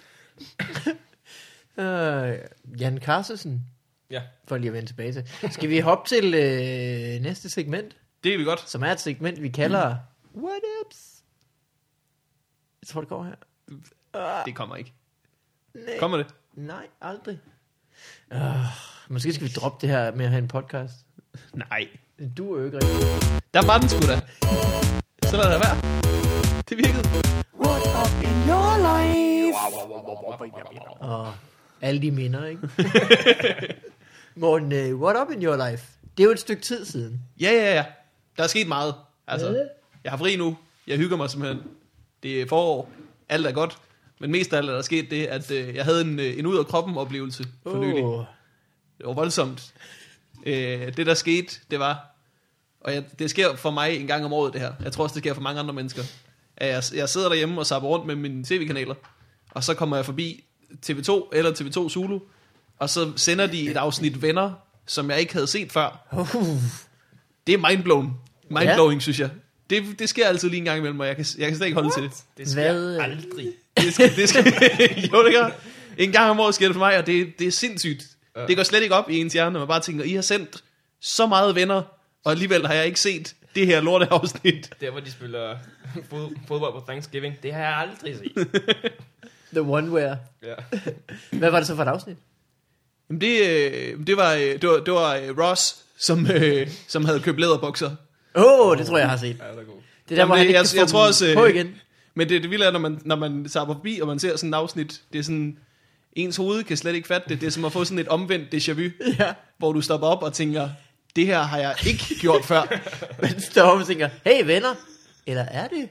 A: Jan Carstensen,
C: Ja.
A: for lige at vende tilbage til. Skal vi hoppe til næste segment,
B: Det er vi godt.
A: som er et segment, vi kalder What Ups? Jeg tror, det går her.
B: Det kommer ikke.
A: Nej.
B: Kommer det?
A: Nej, aldrig. Måske skal vi droppe det her med at have en podcast.
B: Nej.
A: Du er jo ikke rigtig.
B: Der var den sgu da. Så lad det være. Det virkede.
A: What up in your life? Og alle de minder, ikke? Morten, what up in your life? Det er jo et stykke tid siden.
B: Ja. Der er sket meget. Altså, jeg har fri nu. Jeg hygger mig simpelthen. Det er forår. Alt er godt. Men mest af alt er der sket det, at jeg havde en ud af kroppen oplevelse for nylig. Det var voldsomt. Det der skete, det var... Og det sker for mig en gang om året, det her. Jeg tror også, det sker for mange andre mennesker. At jeg sidder derhjemme og zapper rundt med mine tv-kanaler. Og så kommer jeg forbi TV2 eller TV2 Zulu. Og så sender de et afsnit Venner, som jeg ikke havde set før. Det er mindblowing, synes jeg. Det sker altid lige en gang imellem, og jeg kan slet ikke holde til det.
C: Det sker aldrig.
B: Det skal jo, det gør. En gang om året sker det for mig, og det er sindssygt. Ja. Det går slet ikke op i ens hjerne, når man bare tænker, I har sendt så meget Venner, og alligevel har jeg ikke set det her lorteafsnit.
C: Der, hvor de spiller fodbold på Thanksgiving, det har jeg aldrig set.
A: The one where.
C: Ja.
A: Hvad var det så for et afsnit?
B: Jamen det var Ross, som havde købt læderbukser.
A: Det tror jeg har set.
C: Ja, det er god.
A: Det der, hvor han ikke kan
B: jeg
A: få
B: tror
A: dem
B: også,
A: på igen.
B: Men det vilde er, når man zapper forbi, og man ser sådan et afsnit, det er sådan, ens hoved kan slet ikke fatte det. Det er som at få sådan et omvendt déjà vu, hvor du stopper op og tænker, det her har jeg ikke gjort før.
A: Man står op og tænker, hey venner, eller er det?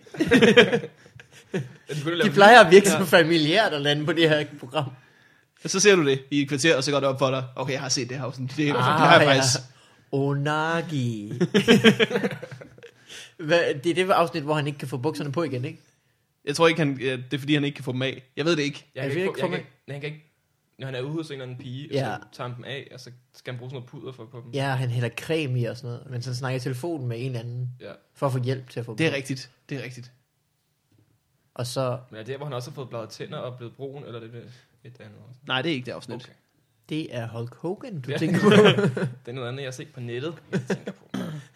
A: De plejer at virke så familiært at lande på det her program.
B: Og så ser du det i et kvarter, og så går det op for dig, okay, jeg har set det her afsnit. Det har jeg faktisk.
A: Onagi. Det er det afsnit, hvor han ikke kan få bukserne på igen, ikke?
B: Jeg tror ikke, det er fordi, han ikke kan få dem af. Jeg ved det ikke.
C: Han kan ikke, når han er ude hos en eller anden pige, og så tager han dem af, og så skal han bruge sådan noget puder for på dem.
A: Ja, han hælder creme i og sådan noget, men så snakker i telefonen med en eller anden, for at få hjælp til at få dem.
B: Det er rigtigt, det er rigtigt.
A: Og så...
C: Men er det, hvor han også har fået bladet tænder og blevet brun, eller er det et andet også?
B: Nej, det er ikke det afsnit.
C: Okay.
A: Det er Hulk Hogan, du tænker på.
C: Det er noget andet, jeg har set på nettet, jeg tænker på.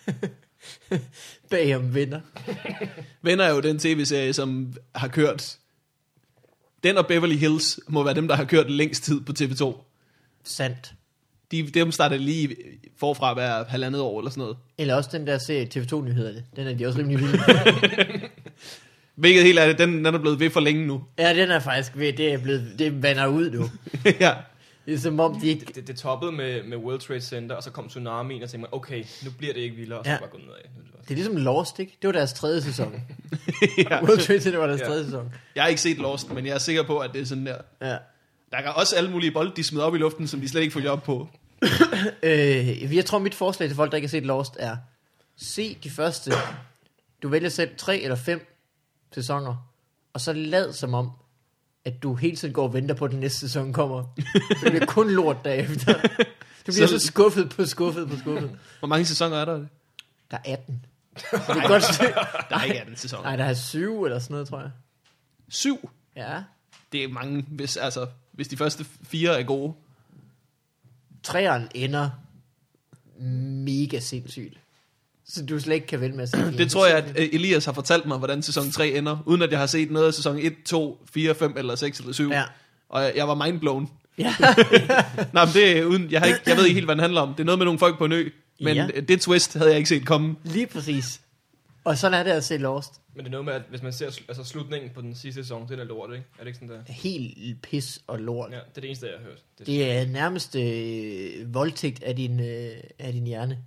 A: Bagom Venner.
B: Venner er jo den tv-serie, som har kørt... Den og Beverly Hills må være dem, der har kørt længst tid på TV2.
A: Sandt.
B: Dem startede lige forfra hver 1,5 år eller sådan noget.
A: Eller også den der serie TV2-nyhederne. Den er de også rimelig vilde.
B: Hvilket helt er det, den er blevet ved for længe nu.
A: Ja, den er faktisk ved, det vander ud nu.
B: Ja.
A: Det er som om, de ikke...
C: Det toppede med World Trade Center, og så kom tsunamien, og tænkte man, okay, nu bliver det ikke vildere, og så
A: Ja.
C: bare gå nedad.
A: Det er ligesom Lost, ikke? Det var deres 3. sæson.
B: Ja.
A: World Trade Center var deres 3. sæson.
B: Jeg har ikke set Lost, men jeg er sikker på, at det er sådan der.
A: Ja.
B: Der er også alle mulige bolde, de smider op i luften, som de slet ikke får job på.
A: Jeg tror, mit forslag til folk, der ikke har set Lost, er... Se de første... Du vælger selv 3 eller 5 sæsoner, og så lad som om, at du hele tiden går og venter på, at den næste sæson kommer. Det bliver kun lort derefter. Du bliver så skuffet på skuffet på skuffet.
B: Hvor mange sæsoner er der?
A: Der er 18. Så det er godt
B: Der er ikke 18 sæsoner.
A: Nej, der er 7 eller sådan noget, tror jeg.
B: 7?
A: Ja.
B: Det er mange, hvis de første 4 er gode.
A: 3'eren ender mega sindssygt. Så du slet ikke kan vælge med at se
B: Det tror jeg, at Elias har fortalt mig, hvordan sæson 3 ender, uden at jeg har set noget af sæson 1, 2, 4, 5 eller 6 eller 7.
A: Ja.
B: Og jeg var mindblown.
A: Ja.
B: Nej, men det er uden, jeg ved ikke helt, hvad den handler om. Det er noget med nogle folk på en ø, men
A: Ja.
B: det twist havde jeg ikke set komme.
A: Lige præcis. Og sådan er det at se Lost.
C: Men det er noget med, at hvis man ser slutningen på den sidste sæson, det er lort, ikke? Er det ikke sådan der?
A: Helt pis og lort.
C: Ja, det er det eneste, jeg har hørt.
A: Det er nærmest voldtægt af din hjerne.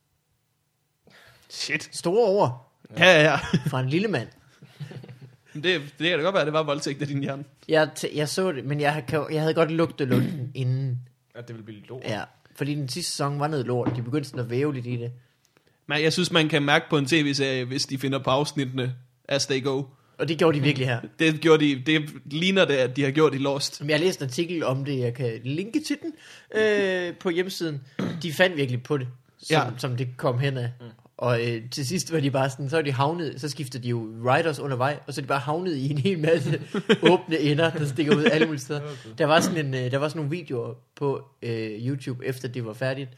B: Shit.
A: Store ord
B: Ja.
A: fra en lille mand.
B: Men det kan da godt være, at det var voldtægt af din hjerne.
A: Jeg så det, men jeg havde godt lugtet lugten inden.
C: At det vil blive lort.
A: Ja, fordi den sidste sæson var noget lort. De begyndte sådan at væve lidt i det.
B: Men jeg synes, man kan mærke på en tv-serie, hvis de finder på afsnittene as they go.
A: Og det gjorde de virkelig her.
B: Det ligner det, at de har gjort i Lost.
A: Jeg har læst en artikel om det. Jeg kan linke til den på hjemmesiden. De fandt virkelig på det, som det kom hen af. Og til sidst var de bare sådan, så er de havnet, så skifter de jo writers undervej, og så er de bare havnet i en hel masse åbne ender, der stikker ud alle mulige steder. Der var sådan nogle videoer på YouTube, efter det var færdigt,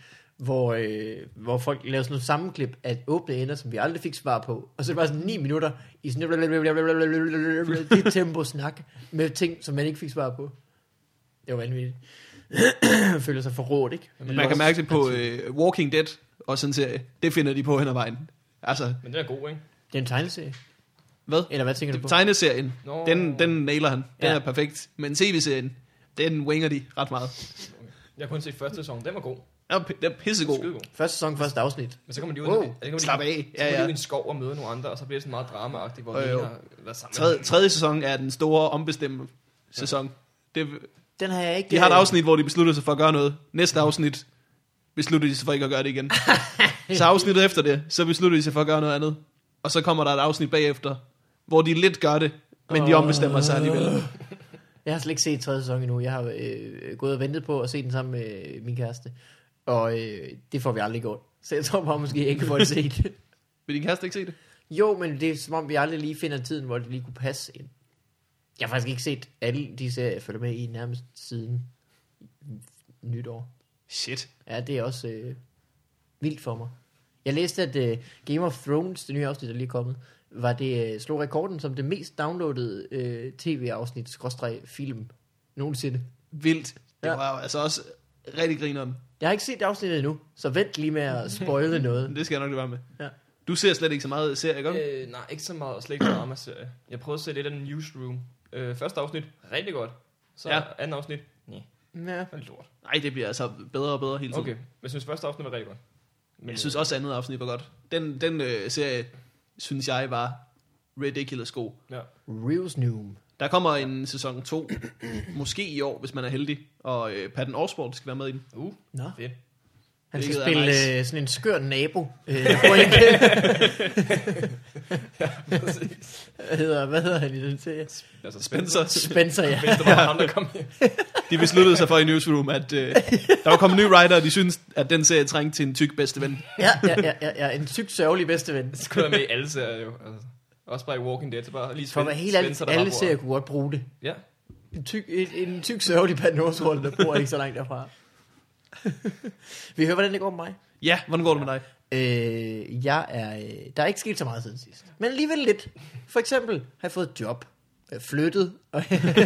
A: hvor folk lavede sådan nogle sammenklip af åbne ender, som vi aldrig fik svar på. Og så det var sådan 9 minutter i sådan det tempo snak med ting, som man ikke fik svar på. Det var vanvittigt. Føler sig forrådt, ikke?
B: Man kan mærke det på Walking Dead og sådan en serie. Det finder de på hen ad vejen. Altså,
C: Men det er god, ikke?
A: Det er en tegneserie.
B: hvad?
A: Eller hvad tænker du på?
B: Tegneserien, den nailer han. Den
A: Ja.
B: er perfekt. Men tv-serien, den winger de ret meget.
C: Jeg har kun set første sæson, den var god.
B: Den er pissegod.
C: Skidegod.
A: Første sæson, første afsnit.
C: Men så kommer de ud,
A: Wow.
B: Slap af.
C: Så kommer de ud i en skov og møder nogle andre, og så bliver det sådan meget dramaagtigt, hvor de
B: Jo.
C: har været sammen.
B: Tredje sæson er den store ombestemme sæson.
A: Den har jeg ikke...
B: De har et afsnit, hvor de beslutter sig for at gøre noget. Næste afsnit beslutter de sig for ikke at gøre det igen. Så afsnittet efter det, så beslutter de sig for at gøre noget andet. Og så kommer der et afsnit bagefter, hvor de lidt gør det, men de ombestemmer sig alligevel.
A: Jeg har slet ikke set tredje sæson endnu. Jeg har gået og ventet på at se den sammen med min kæreste. Og det får vi aldrig gjort. Så jeg tror bare måske, jeg ikke får det set.
B: Vil din kæreste ikke se det?
A: Jo, men det er som om, vi aldrig lige finder tiden, hvor det lige kunne passe ind. Jeg har faktisk ikke set alle de serier, jeg følger med i nærmest siden nytår.
B: Shit.
A: Ja, det er også vildt for mig. Jeg læste, at Game of Thrones, det nye afsnit, der lige er kommet, var det slog rekorden som det mest downloadede tv-afsnit, /film, nogensinde.
B: Vildt. Det
A: Ja.
B: var jo altså også rigtig grineren.
A: Jeg har ikke set afsnittet endnu, så vent lige med at spoile noget.
B: Men det skal jeg nok lade være med.
A: Ja.
B: Du ser slet ikke så meget serie, ikke?
C: Nej, ikke så meget, og slet ikke drama-serie. Jeg prøvede at se lidt af den Newsroom. Første afsnit, rigtig godt. Så
B: Ja.
C: anden afsnit, nej,
A: Ja.
C: det var lidt lort.
B: Nej, det bliver altså bedre og bedre hele tiden.
C: Okay, men jeg synes første afsnit var rigtig godt. Men
B: Jeg synes også andet afsnit var godt. Den serie, synes jeg, var ridiculous god.
C: ja.
A: Rivsnoom.
B: Der kommer en sæson 2, måske i år, hvis man er heldig. Og Patton Oswalt skal være med i den.
A: Nå.
C: Fedt.
A: Han skal
B: Hvilket er
A: spille
B: nice.
A: sådan en skør nabo. Der bor i en kælder. Hvad hedder han i den serie?
C: Altså
B: Spencer.
A: Spencer, ja.
C: Spencer var ham, der kom hjem.
B: De besluttede sig for i Newsroom, at der var kommet nye writer, og de synes, at den serie trængte til en tyk bedste ven.
A: Ja. En tyk, sørgelig bedsteven.
C: Det skulle være med i alle serier jo. Altså, også bare i Walking Dead, så bare lige
A: For at være helt ærlig,
C: Spencer, der bare
A: alle
C: bor-
A: serier kunne godt bruge det.
C: Ja.
A: En tyk, sørgelig Patton der bor ikke så langt derfra. Vi hører, hvordan det går med mig.
B: Ja, hvordan går det med dig?
A: Der er ikke sket så meget siden sidst. Men alligevel lidt. For eksempel har jeg fået et job. Flyttet. Og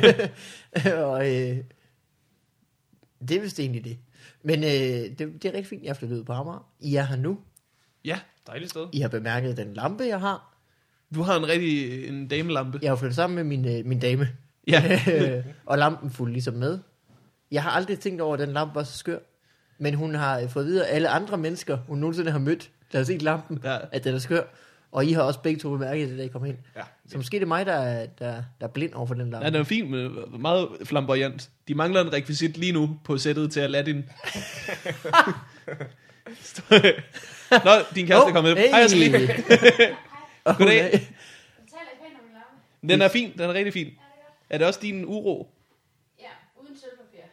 A: det er vist egentlig det. Men det er rigtig fint, jeg er flyttet ud på Amager. I er her nu.
B: Ja,
C: Dejligt sted.
A: I har bemærket den lampe, jeg har.
B: Du har en damelampe.
A: Jeg har jo flyttet sammen med min dame.
B: Ja.
A: Og lampen fulgte ligesom med. Jeg har aldrig tænkt over, at den lampe var så skør. Men hun har fået videre alle andre mennesker, hun nogensinde har mødt, der har set lampen, at den er skør. Og I har også begge to bemærket det, da I kom ind. Ja. Så måske det er mig, der er blind over for den lampe.
B: Ja, den er fin, med meget flamboyant. De mangler en rekvisit lige nu på sættet til Aladdin. Nå, din kæreste er kommet. Hej, Asli. Goddag. Den er fin, den er rigtig fin. Er det også din uro?
D: Ja, uden sølvpapir.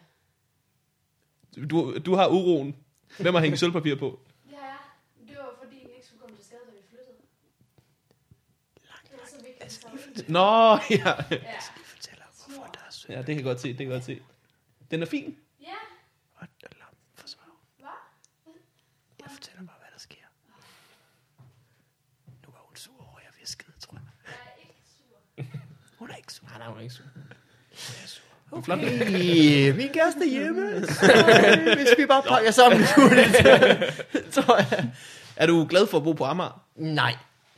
B: Du har uroen. Hvem har hængt sølvpapir på?
D: Ja, det var fordi den ikke skulle komme til skade, da vi flyttede. Det var så vigtigt.
B: Nå, ja.
D: Ja,
B: Ja, det kan jeg godt se, det kan jeg godt se. Den er fin.
D: ja.
A: Og lampen forsvarer.
D: Hvad?
A: Jeg fortæller mig, hvad der sker. Nu var hun sur over, jeg viskede, tror jeg.
D: Jeg er ikke sur.
A: Hun er ikke sur.
C: Nej, hun er ikke sur.
A: Okay, min kæreste er hjemme. Så, hvis vi bare pakker sammen, tror jeg.
B: Er du glad for at bo på Amager?
A: Nej.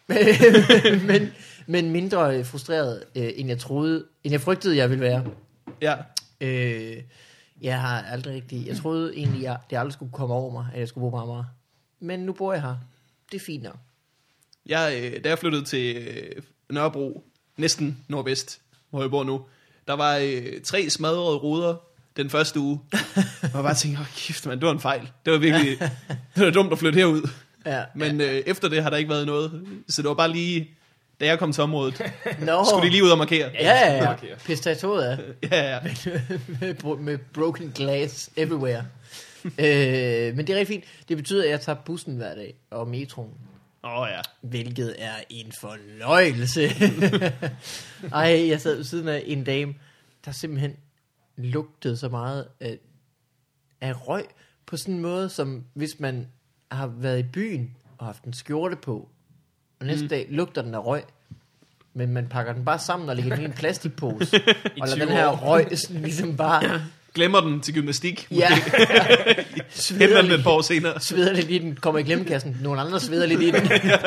A: men mindre frustreret, end jeg frygtede, jeg ville være.
B: Ja.
A: Jeg har aldrig rigtig... Jeg troede egentlig, det aldrig skulle komme over mig, at jeg skulle bo på Amager. Men nu bor jeg her. Det er fint nok.
B: Da jeg flyttede til Nørrebro, næsten nordvest, hvor jeg bor nu, der var 3 smadrede ruder den første uge. Og jeg bare tænkte, kæft mand, det var en fejl. Det var virkelig det var dumt at flytte herud.
A: Ja,
B: Men efter det har der ikke været noget. Så det var bare lige, da jeg kom til området,
A: no.
B: skulle de lige ud og markere.
A: Ja. Pis territoriet af.
B: Ja.
A: med broken glass everywhere. Men det er rigtig fint. Det betyder, at jeg tager bussen hver dag og metroen.
B: Ja.
A: Hvilket er en fornøjelse. Ej, jeg sad ved siden af en dame, der simpelthen lugtede så meget af røg, på sådan en måde, som hvis man har været i byen og haft en skjorte på, og næste dag lugter den af røg, men man pakker den bare sammen og lægger den i en plastikpose, og lader den her røg sådan ligesom bare...
B: Glemmer den til gymnastik.
A: Ja.
B: Henter den et par år senere.
A: Sveder lidt i den, kommer i glemmekassen. Nogle andre sveder lidt i den.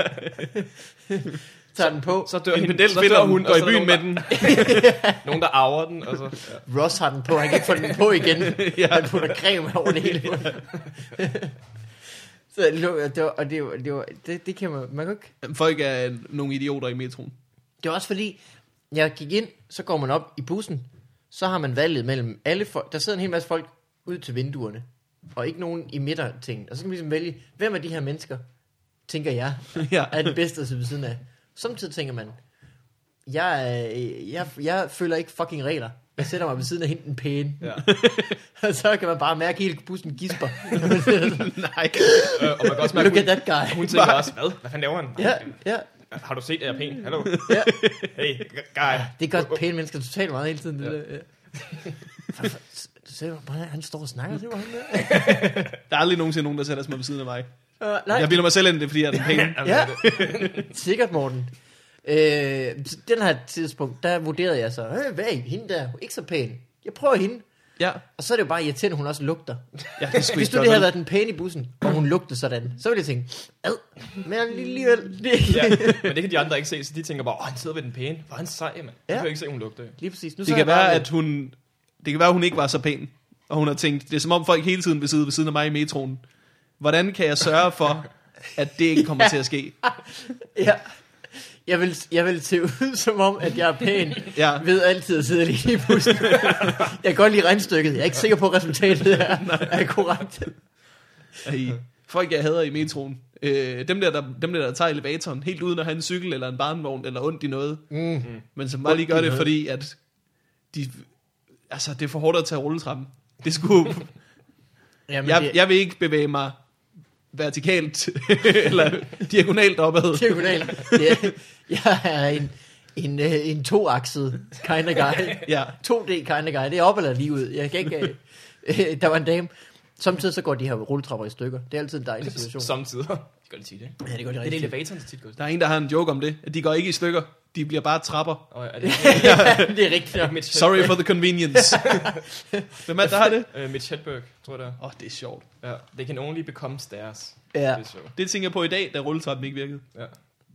A: Tager den på.
B: Så dør en pedel finder hun, går i byen med den.
C: Nogen, der arver den. Og så,
A: ja. Ross har den på, han kan ikke få den på igen. Han putter creme over det hele. Så det kan man ikke.
B: Folk er nogle idioter i metroen.
A: Det er også fordi, jeg gik ind, så går man op i bussen, så har man valget mellem alle folk. Der sidder en hel masse folk ud til vinduerne, og ikke nogen i midtertingen. Og så kan man ligesom vælge, hvem af de her mennesker, tænker jeg, er den bedste at sidde ved siden af. Samtidig tænker man, jeg føler ikke fucking regler. Jeg sætter mig ved siden af hende den pæne. Ja. Og så kan man bare mærke, at hele bussen gisper.
B: Nej.
C: Og man kan også mærke,
A: look at that guy.
C: Hun tænker også, hvad fanden laver han?
A: Ja.
C: Har du set, at jeg er pæn? Hallo?
A: Ja.
C: Hey, guy.
A: Det er godt, pæne mennesker totalt meget hele tiden. Det der. Du ser bare, han står og snakker til mig.
B: Der er aldrig nogensinde nogen, der sætter sig ved siden af mig.
A: Nej.
B: Jeg bilder mig selv ind det, fordi jeg er den pæne.
A: Ja, sikkert Morten. Den her tidspunkt, der vurderede jeg så, hvad er hende der? Ikke så pæn. Jeg prøver hende.
B: Ja.
A: Og så er det jo bare irriterende, hun også lugter.
B: Ja,
A: hvis du det havde været den pæne i bussen, og hun lugtede sådan, så ville jeg tænke, men alligevel.
C: Ja, men det kan de andre ikke se, så de tænker bare, han sidder ved den pæne. Hvor er han sej, mand. Jeg kan ikke se, hun lugter.
A: Lige præcis. Nu
B: det kan være, at hun ikke var så pæn. Og hun har tænkt, det er som om folk hele tiden vil sidde ved siden af mig i metroen. Hvordan kan jeg sørge for, at det ikke kommer til at ske?
A: Ja. Jeg vil se ud som om, at jeg er pæn ved altid at sidde lige i bussen. Jeg kan godt lide regnstykket. Jeg er ikke sikker på, at resultatet er korrekt.
B: Folk, jeg hader i metroen. Dem der tager elevatoren helt uden at have en cykel eller en barnevogn eller ondt i noget. Men som bare lige gør det, fordi at det er for hårdt at tage rulletrappen. Det skulle... Jeg vil ikke bevæge mig vertikalt eller diagonalt opad.
A: Diagonalt. Jeg er en toakset kind of guy.
B: Ja.
A: 2D kind of guy. Det er op eller lige ud. Jeg kan ikke... der var en dame. Samtidig så går de her rulletrapper i stykker. Det er altid en dejlig situation.
C: Samtidig. Det gør det tit, ikke?
A: Ja, det gør det
C: rigtig. Det er elevatoren tit.
B: Der er en, der har en joke om det. At de går ikke i stykker. De bliver bare trapper.
A: Det er rigtigt. Ja.
B: Sorry for the convenience. Hvem er der har det?
C: Mitch Hedberg, tror jeg det er.
B: Det er sjovt.
C: Ja. They can only become stairs.
A: Ja.
B: Det tænker jeg på i dag, da rulletrappen ikke virkede.
C: Ja.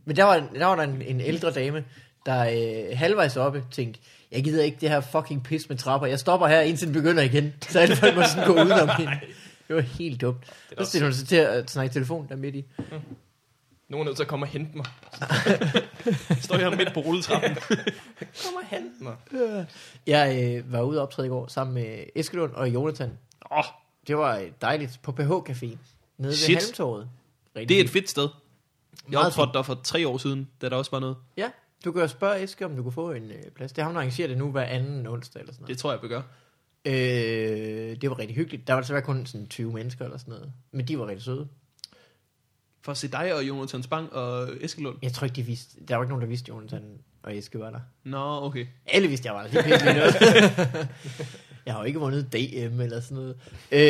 A: Men der var der en ældre dame, der halvvejs oppe tænkte, jeg gider ikke det her fucking pis med trapper. Jeg stopper her, indtil den begynder igen. Så alle folk må sådan gå udenom hende. Det var helt dumt. Så stiller hun sig til at snakke telefon der midt i.
C: Nogen er nødt til at komme og hente mig.
B: Står her midt på rulletrappen.
C: Kom og hente mig.
A: Jeg var ude og optræde i går sammen med Eskelund og Jonathan. Det var dejligt på PH Café nede ved Halmtorvet.
B: Det er et fedt sted. Jeg
A: Meget
B: optrådte der for 3 år siden, da der også var noget.
A: Ja, du kan jo spørge Eske, om du kunne få en plads. Det er ham, der arrangerer det nu hver anden onsdag eller sådan noget.
B: Det tror jeg, vi gør.
A: Det var rigtig hyggeligt. Der var desværre kun sådan 20 mennesker eller sådan noget. Men de var rigtig søde.
B: For at se dig og Jonathan Spang og Eskelund.
A: Jeg tror ikke, de vidste. Der var ikke nogen, der vidste, Jonathan og Eske var der.
B: Nå, okay.
A: Alle vidste, jeg var der. De pænt lige noget. Jeg har jo ikke vundet DM eller sådan noget.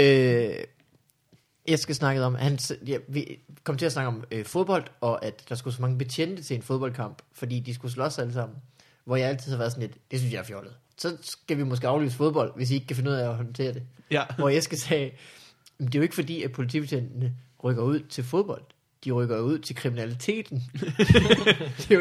A: Eske snakkede om, vi kom til at snakke om fodbold, og at der skulle så mange betjente til en fodboldkamp, fordi de skulle slås alle sammen. Hvor jeg altid har været sådan lidt, det synes jeg er fjollet. Så skal vi måske aflyse fodbold, hvis I ikke kan finde ud af at håndtere det.
B: Ja.
A: Hvor Eske sagde, det er jo ikke fordi, at politibetjentene rykker ud til fodbold. De rykker ud til kriminaliteten. Det er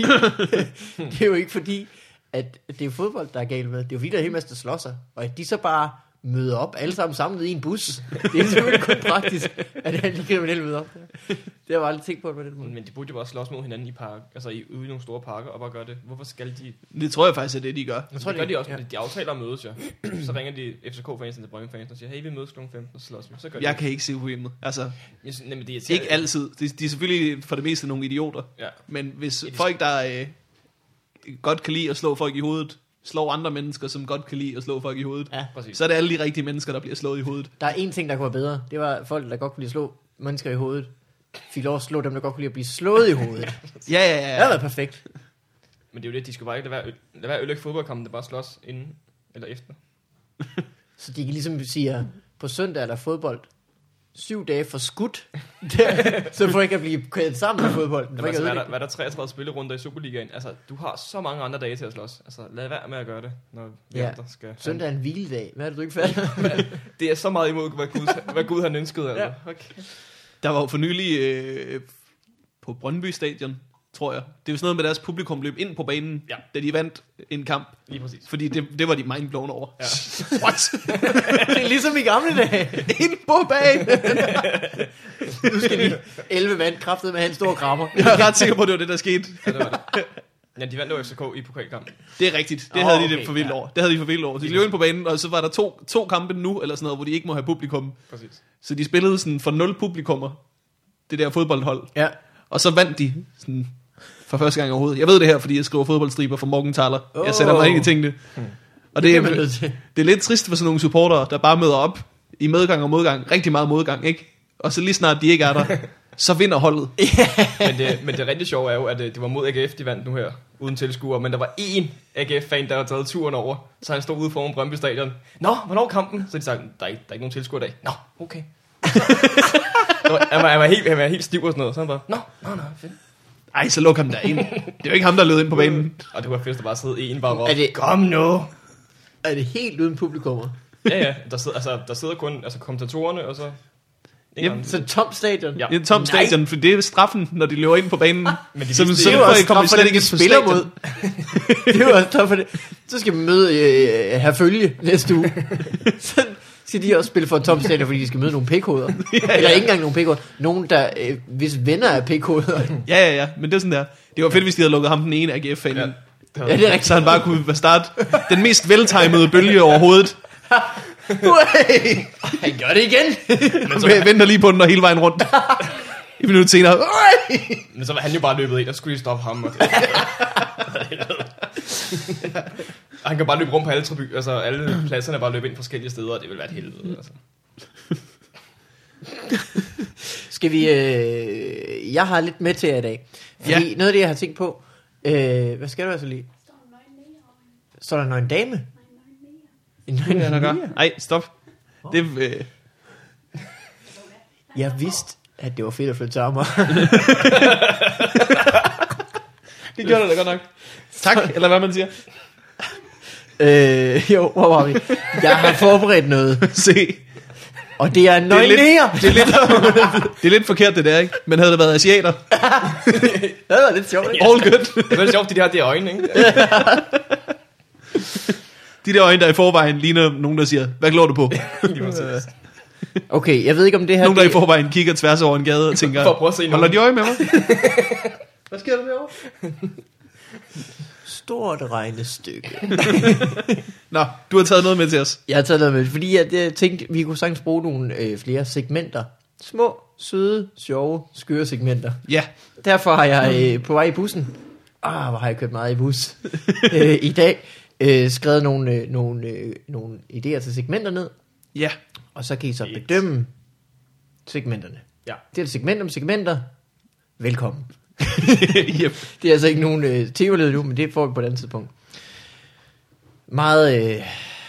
A: jo ikke fordi, at det er fodbold, der er galt med. Det er jo fordi, der er en hel masse, der slår sig. Og at de så bare møder op, alle sammen samlet i en bus. Det er selvfølgelig kun praktisk, at alle de kriminelle møder op. Det har jeg aldrig tænkt på på den måde.
C: Men de burde jo bare slås mod hinanden i park, altså ude i nogle store parker, og bare gøre det. Hvorfor skal de...
B: Det tror jeg faktisk er det, de gør.
C: Jeg tror, det gør de også, de aftaler at mødes, ja. Så ringer de FCK-fansen til Brøndby-fansen og siger, hey, vi mødes kl. 15 og slås vi. Så gør de
B: Jeg kan ikke se problemet. Altså,
C: men det er
B: ikke altid. De er selvfølgelig for det meste nogle idioter.
C: Ja.
B: Men hvis folk, der godt kan lide at slå folk i hovedet, slår andre mennesker, som godt kan lide at slå folk i hovedet,
A: Ja,
C: præcis.
B: så er det alle de rigtige mennesker, der bliver slået i hovedet.
A: der er en ting, der kunne være bedre. Det var folk, der godt kunne lide at slå mennesker i hovedet. Fik lov at slå dem, der godt kunne lide at blive slået i hovedet.
B: Ja.
A: Det har været perfekt.
C: Men det er jo det, de skulle bare ikke lade være ødelægge fodboldkampen, det bare slås inden eller efter.
A: Så de kan ligesom sige, på søndag er der fodbold. 7 dage for skudt. Så for ikke at blive kædet sammen med fodbolden. For ikke at
C: Hvad
A: ødelægge
C: er der 33 spillerunder i Superligaen? Altså, du har så mange andre dage til at slås. Altså, lad være med at gøre det, når vi
A: Ja.
C: andre skal...
A: Søndag er en hviledag. Hvad er det, du ikke fatter?
C: Det er så meget imod, hvad Gud han ønskede. Altså.
A: Ja.
C: Okay.
B: Der var jo for nylig på Brøndby Stadion, tror jeg. Det er jo sådan noget med deres publikum løb ind på banen,
C: Ja.
B: da de vandt en kamp.
C: Lige præcis.
B: Fordi det var de mindblown over.
C: Ja.
B: What?
A: Det er ligesom i gamle dage.
B: Ind på banen!
A: Nu skal de 11 mand kraftet med en stor krammer.
B: Jeg er ret sikker på, at det var det, der skete.
C: Ja, det var det. Ja, de vandt over FCK i pokalkampen.
B: Det er rigtigt. Det havde de
A: okay,
B: det for vildt
A: ja.
B: over. Det havde de for vildt over. De løb ind på banen, og så var der to kampe nu, eller sådan noget, hvor de ikke må have publikum.
C: Præcis.
B: Så de spillede sådan for 0 publikummer, det der fodboldhold.
A: Ja.
B: Og så vandt de sådan for første gang overhovedet. Jeg ved det her, fordi jeg skriver fodboldstriber for Morgenthaler. Jeg sætter mig ind i tingene. Og det er lidt trist for sådan nogle supportere, der bare møder op i medgang og modgang. Rigtig meget modgang, ikke? Og så lige snart de ikke er der, så vinder holdet.
C: Men det rigtig sjove er jo, at det var mod AGF, de vandt nu her, uden tilskuere. Men der var én AGF-fan, der havde taget turen over. Så han stod ude foran Brøndby Stadion. Nå, hvornår er kampen? Så de sagde, der er ikke nogen tilskuere i dag. Nå, okay. Han var helt stiv og sådan noget. Så han bare, nå, fedt.
B: Ej, så luk ham derind. Det er jo ikke ham, der lød ind på banen.
C: Og det var fedt at bare sidde en bare og
A: Er det-
C: kom nu.
A: Er det helt uden publikummer?
C: Ja, der sidder kun kommentatorerne, og så...
B: Jamen,
A: Så tom stadion?
C: Ja.
B: Det er en tom stadion, for det er straffen, når de løber ind på banen.
C: Men de
B: så
C: vidste-
B: så
A: Det er jo også
B: kommer de
A: straf for
B: slet
A: dem,
B: ikke
A: de
B: ind på
A: spiller
B: stadion.
A: mod. Det er jo også straf for det. Så skal man møde herr Følge næste uge. Så skal de også spille for en tom stadion, fordi de skal møde nogle pikhoveder. Eller ikke engang nogle pikhoveder. Nogen, der hvis venner er pikhoveder.
B: Ja, men det er sådan der. Det var fedt, hvis de havde lukket ham den ene AGF-fan ind.
A: Ja, det er rigtigt.
B: Så han bare kunne starte den mest veltimede bølge overhovedet.
A: Han gør det igen.
B: Jeg venter lige på den og hele vejen rundt. I minut senere.
C: Men så var han jo bare løbet ind, og skulle de stoppe ham. Og og han kan bare løbe rundt på alle tribuner, altså alle pladserne bare løbe ind forskellige steder, og det vil være et helvede. Altså.
A: Skal vi... jeg har lidt med til jer i dag. Fordi noget af det, jeg har tænkt på... hvad skal du altså lige? Så er der en dame? En nøgen
B: Nej, stop. Det,
A: Jeg vidste, at det var fedt at flytte til Amager.
B: det gjorde det da godt nok. Tak, eller hvad man siger.
A: Jo, hvor var vi? Jeg har forberedt noget.
B: Se.
A: Og det er en nøgen
B: lidt-
A: nære.
B: Det er lidt forkert det der, ikke? Men havde det været asiater,
A: Det var lidt sjovt.
B: all good.
C: Det er sjovt, de der øjne, ikke?
B: De der øjne, der i forvejen ligner nogen, der siger, hvad glor du på?
C: Lige præcis.
A: Okay, jeg ved ikke om det her...
B: Nogen, der i
A: det,
B: forvejen kigger tværs over en gade og tænker,
C: For at prøve at se
B: holder
C: nogen.
B: de øje med mig? Hvad sker der derovre?
A: stort regnestykke.
B: Nå, du har taget noget med til os.
A: Jeg har taget noget med, fordi jeg tænkte, vi kunne sagtens bruge nogle flere segmenter. Små, søde, sjove, skøre segmenter.
B: Ja,
A: Derfor har jeg på vej i bussen, hvor har jeg kørt meget i bus, i dag, skrevet nogle idéer til segmenter ned,
B: ja.
A: og så kan I så bedømme segmenterne.
C: Ja.
A: Det er et segment om segmenter. Velkommen.
B: Yep.
A: Det er altså ikke nogen teoled nu, men det får vi på et andet tidspunkt. Meget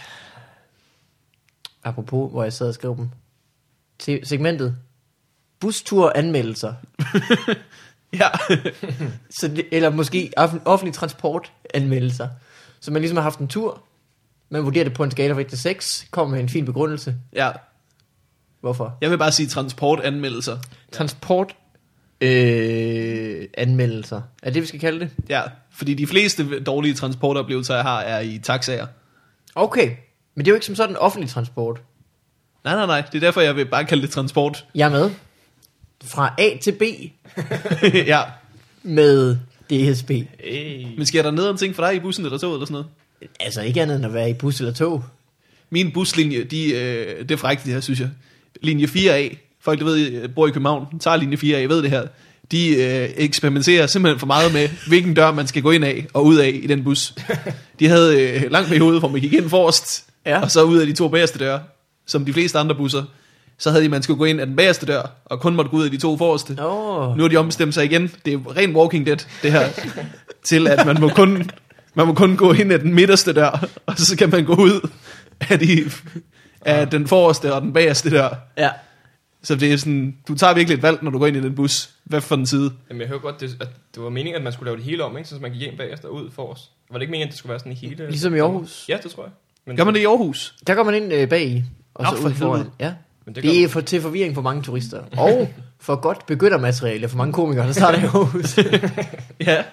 A: apropos, hvor jeg sad og skrev dem. Segmentet. Bustur anmeldelser.
B: Ja.
A: Så det, eller måske offentlig transport anmeldelser. Så man ligesom har haft en tur. Man vurderer det på en skala fra 1 til 6. Kommer med en fin begrundelse.
B: Ja.
A: Hvorfor?
B: Jeg vil bare sige transportanmeldelser.
A: Transport anmeldelser. Er det, vi skal kalde det?
B: Ja, fordi de fleste dårlige transportoplevelser, jeg har, er i taxaer.
A: Okay. Men det er jo ikke som sådan offentlig transport.
B: Nej. Det er derfor, jeg vil bare kalde det transport.
A: Jeg er med. Fra A til B
B: Ja.
A: med DSB.
C: Hey.
B: Men sker der nederen ting for dig i bussen eller toget eller sådan noget?
A: Altså ikke andet end at være i bus eller tog.
B: Min buslinje, det er frækt det her, synes jeg. Linje 4A, folk der ved, bor i København, tager linje 4A, ved det her. De eksperimenterer simpelthen for meget med, hvilken dør man skal gå ind af og ud af i den bus. De havde lang periode, hvor man gik ind forrest,
A: Ja.
B: og så ud af de 2 bagerste døre, som de fleste andre busser. Så havde de, man skulle gå ind af den bagerste dør, og kun måtte gå ud af de 2 forreste. Nu har de ombestemt sig igen. Det er ren Walking Dead, det her. Til at man må kun gå ind af den midterste dør, og så kan man gå ud af den forreste og den bagerste dør.
A: Ja.
B: Så det er sådan, du tager virkelig et valg, når du går ind i den bus. Hvad for den side?
C: Jamen, jeg hører godt, at det var meningen, at man skulle lave det hele om, ikke? Så man gik ind bagefter og ud for os. Var det ikke meningen, at det skulle være sådan i hele...
A: Ligesom i Aarhus.
C: Ja, det tror jeg. Men,
B: Gør man det i Aarhus?
A: Der går man ind bag i, og så
B: Nå, for
A: ud foran.
B: helvede.
A: Ja.
C: Men det
A: Det er til forvirring for mange turister. Og for godt begyndermateriale for mange komikere, der starter i Aarhus.
B: Ja.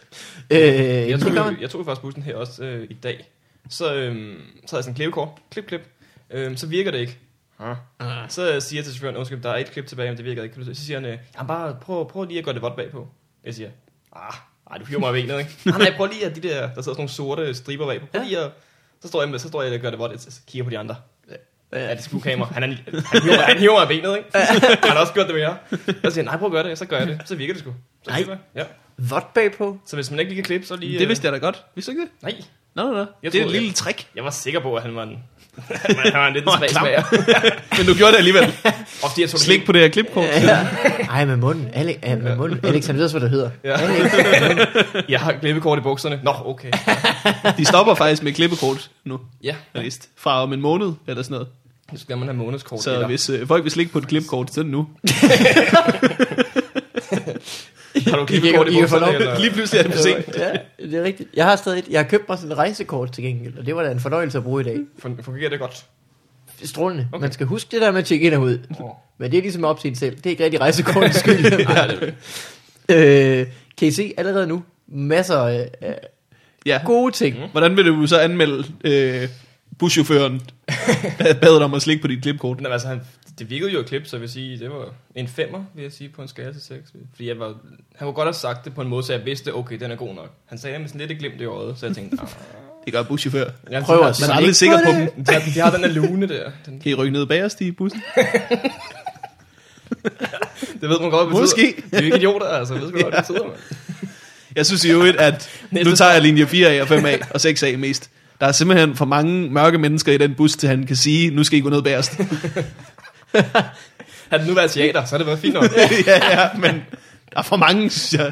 C: Jeg tog faktisk bussen her også i dag. Så havde jeg sådan en klippekort. Klip. Så virker det ikke. Så siger jeg til chaufføren, undskyld, der er et klip tilbage, men det virker ikke. Så siger han, jamen bare prøv lige at gøre det vådt bagpå. Jeg siger, du hiver mig af benet, ikke? Nej, prøv lige at de der sidder sådan nogle sorte striber bagpå. Prøv lige at, så står jeg og gør det vådt. Jeg kigger på de andre. Ja, det er kamera. Han hiver mig af benet, ikke? Han har også gjort det med jer. Så siger nej, prøv at gøre det. Så gør jeg det. Så virker det sgu. Så
A: Nej.
C: ja.
A: Vådt bagpå.
C: Så hvis man ikke lige kan klippe, så lige...
B: Det vidste jeg da godt. Vidste du ikke det?
C: Nej.
B: Nå.
C: Jeg
B: Det er et
C: troede,
B: lille trick.
C: Jeg var sikker på, at han var en... han var en lidt
B: Han var
C: svag
B: klam.
C: smager.
B: Men du gjorde det alligevel.
C: Og fordi jeg tog
B: Slik på det her klipkort.
A: Ej, med munden. Med munden. Alex, han ved også, hvad det hedder.
C: Ja.
A: Alex.
C: Jeg har klippekort i bukserne. Nå, okay.
B: De stopper faktisk med klippekort nu.
C: Ja,
B: Jeg læste. Fra om en måned eller sådan noget.
C: så skal man have månedskort.
B: Så hvis folk vil slikke på et klipkort, så er det nu.
C: Har du klippekort i
A: I kan få lov.
C: bukserne? Eller?
B: Lige pludselig er det for sent.
A: Ja, det er rigtigt. Jeg har stadig jeg har købt mig sådan et rejsekort til gengæld, og det var da en fornøjelse at bruge i dag.
C: Fungerer det godt?
A: Strålende.
C: Okay.
A: Man skal huske det der med at tjekke ind og ud. Men det er ligesom op til en selv. Det er ikke rigtig rejsekortets skyld.
B: Ja, det er
A: Kan I se allerede nu masser af
B: Ja.
A: gode ting.
B: Hvordan vil du så anmelde buschaufføren, der bad dig om at slikke på dit klipkort?
C: Men altså, det virkede jo et klip, så jeg vil sige, det var en 5'er, vil jeg sige, på en skala til 6. Fordi han kunne godt have sagt det på en måde, så jeg vidste, okay, den er god nok. Han sagde det med sådan lidt et glimt i øjet, så jeg tænkte,
B: Det gør buschauffør.
A: Prøv at
B: Man er
A: slikke
B: aldrig sikker på
A: det.
B: dem.
C: de har den der lune der.
B: Kan I rykke ned bagerst i bussen?
C: Det ved man godt, hvad det
B: Måske.
C: betyder. Det er jo ikke idioter, altså. Jeg ved sgu godt, hvad det betyder, man.
B: Jeg synes i øvrigt, at nu tager jeg linje 4A og 5A og 6A mest. Der er simpelthen for mange mørke mennesker i den bus, til han kan sige, nu skal I gå ned bagerst.
C: Havde det nu været teater, så havde det været fint nok.
B: ja, men der er for mange, synes jeg.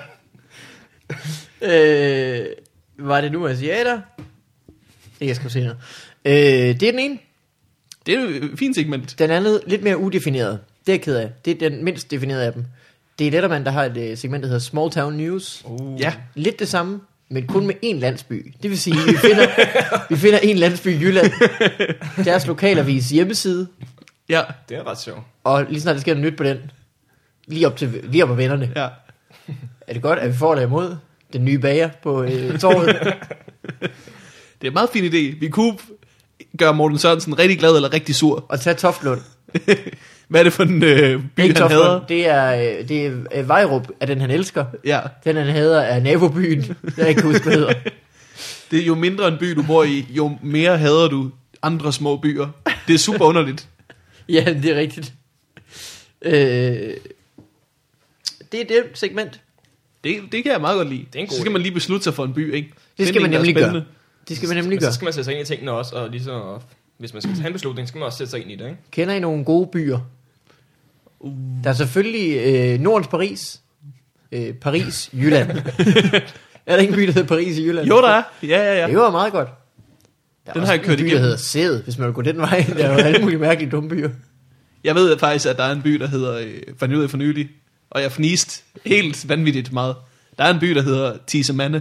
A: Var det nu asiater? Det kan jeg sgu se noget. Det er den ene.
B: Det er jo et fint segment.
A: Den anden lidt mere udefineret. Det er jeg ked af. Det er den mindst definerede af dem. Det er Letterman, der har et segment, der hedder Small Town News.
B: Ja.
A: Lidt det samme, men kun med én landsby. Det vil sige, vi finder en landsby i Jylland. Deres lokalavis hjemmeside.
B: Ja,
C: Det er ret sjovt.
A: Og lige snart der sker noget nyt på den, lige op på vennerne.
B: ja.
A: Er det godt, at vi får det imod den nye bager på torvet?
B: Det er en meget fin idé. Vi kunne gøre Morten Sørensen rigtig glad eller rigtig sur.
A: Og tage Toftlund.
B: Hvad er det for en by, han
A: Toftlund,
B: hader?
A: det er Vejrup, er den han elsker.
B: Ja,
A: Den han hader er nabobyen. Jeg ikke kan huske, hvad hedder.
B: det er jo mindre en by, du bor i, jo mere hader du andre små byer. Det er super underligt.
A: Ja, det er rigtigt. Det er det segment.
B: Det kan jeg meget godt lide.
C: Det er en god
B: Så skal man lige beslutte sig for en by, ikke?
A: Det skal
B: Find
A: man
B: en, der er
A: nemlig gøre.
B: spændende.
A: Det skal man nemlig
C: Men
A: gøre.
C: så skal man sætte sig ind i tingene også, og ligesom, hvis man skal tage en beslutning, så skal man også sætte sig ind i det, ikke?
A: Kender I nogle gode byer? Der er selvfølgelig Nordens Paris. Paris, Jylland. Er der ikke en by, der hedder Paris i Jylland?
B: Jo, der er. Ja.
A: Det var meget godt. Der er
B: Den
A: også
B: har jeg kørt
A: en by, der
B: igennem.
A: hedder Sæd, hvis man vil gå den vej. Der er jo alle mulige mærkelige dumme byer.
B: Jeg ved faktisk, at der er en by, der hedder, fandt ud af for nylig, og jeg fniste helt vanvittigt meget. Der er en by, der hedder Tisemande.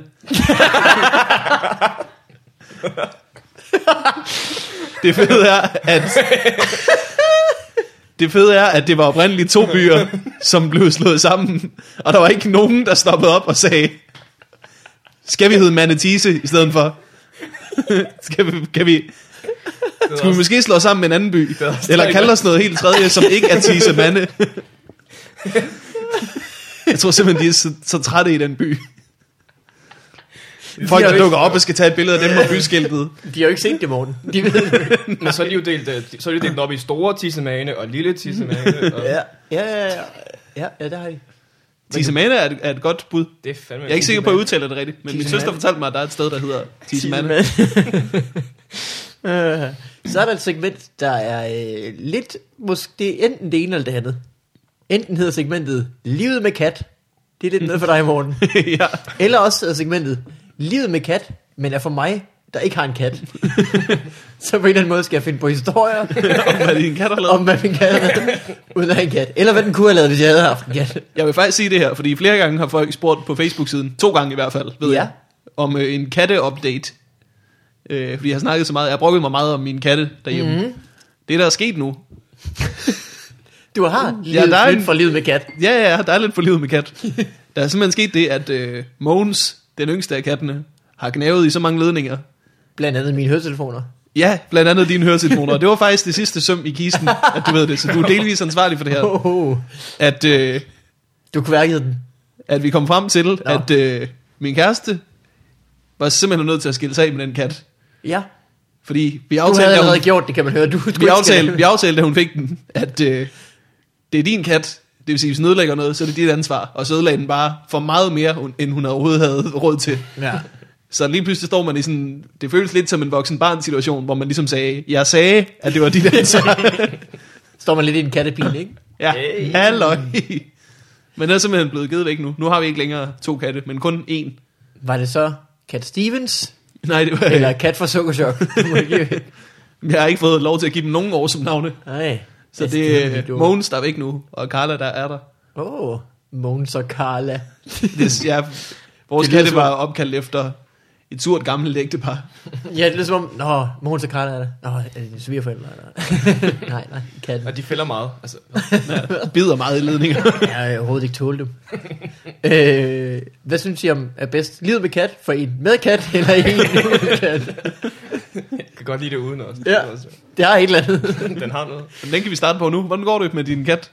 B: Det fede er, at det var oprindeligt 2 byer, som blev slået sammen, og der var ikke nogen, der stoppede op og sagde, skal vi hedde Manetise i stedet for? Skal vi måske slå os sammen med en anden by? Eller kalde os noget helt tredje, som ikke er Tisemande? Jeg tror simpelthen, de er så trætte i den by. Folk, der dukker op og skal tage et billede af dem på byskiltet.
A: De har jo ikke set det, Morten. De ved det.
C: Men så er de jo delt op i store tissemane og lille tissemane. Og
A: Ja, der har de.
B: Tisemane er et godt bud.
C: det er fandme...
B: Jeg er ikke sikker på, at jeg udtaler det rigtigt, men min
A: Tisemane.
B: søster fortalte mig, at der er et sted, der hedder Tisemane.
A: Så er der et segment, der er lidt, måske det er enten det ene eller det andet. Enten hedder segmentet Livet med kat. Det er lidt noget for dig, Morten.
B: Ja.
A: Eller også hedder segmentet Livet med kat, men er for mig, der ikke har en kat. Så på en eller anden måde skal jeg finde på historier
B: Om hvad din kat har lavet.
A: om, hvad min kat har lavet, uden at have en kat. Eller hvad den kunne have lavet, hvis jeg havde haft en kat.
B: Jeg vil faktisk sige det her, fordi flere gange har folk spurgt på Facebook-siden, 2 gange i hvert fald, ved
A: Ja.
B: jeg, om en katte-update. Fordi jeg har snakket så meget, jeg har brokket mig meget om mine katte derhjemme. Mm-hmm. Det der er sket nu.
A: Du har
B: der er
A: lidt
B: en-
A: fra livet med kat.
B: Ja, der er lidt for livet med kat. Der er simpelthen sket det, at Mogens, den yngste af kattene, har gnavet i så mange ledninger.
A: Blandt andet mine høretelefoner.
B: Ja, blandt andet dine høretelefoner. Det var faktisk det sidste søm i kisten, at du ved det. Så du er delvis ansvarlig for det her. At,
A: Du kunne værke den.
B: at vi kom frem til, at min kæreste var simpelthen nødt til at skille sig af med den kat.
A: Ja.
B: Fordi vi
A: Du havde
B: aftalte,
A: allerede gjort det, kan man høre.
B: vi aftalte, da hun fik den, at det er din kat. Det vil sige, hvis den ødelægger noget, så er det dit ansvar. Og så ødelagde den bare for meget mere, end hun overhovedet havde råd til.
A: Ja.
B: Så lige pludselig står man i sådan, det føles lidt som en voksen barn situation, hvor man ligesom sagde, jeg sagde, at det var dit ansvar.
A: Står man lidt i en kattepine, ikke?
B: Ja,
C: Hey.
B: halløj. Men den er simpelthen blevet givet væk nu. Nu har vi ikke længere 2 katte, men kun 1.
A: Var det så Cat Stevens?
B: Nej, det var,
A: Eller Kat fra Sukkerchok?
B: jeg har ikke fået lov til at give dem nogen år som navne.
A: Nej.
B: Så det er Mogens, der er væk nu, og Carla, der er der.
A: Mogens og Carla.
B: Vores
A: Det lyder
B: katte
A: som
B: var opkaldt efter et surt gammelt ægtepar.
A: Ja, det er som om, Mogens og Carla er der. Er det svigerforældre? Eller? nej, katten.
C: Og de fælder meget. Altså,
B: Bider meget i ledninger.
A: Jeg har overhovedet ikke tålt dem. Hvad synes I om er bedst? Livet med kat for en med kat, eller en uden kat?
C: jeg kan godt lide det uden også.
A: Ja. Det har et eller andet.
C: Den har noget.
B: Men den kan vi starte på nu. Hvordan går det med din kat?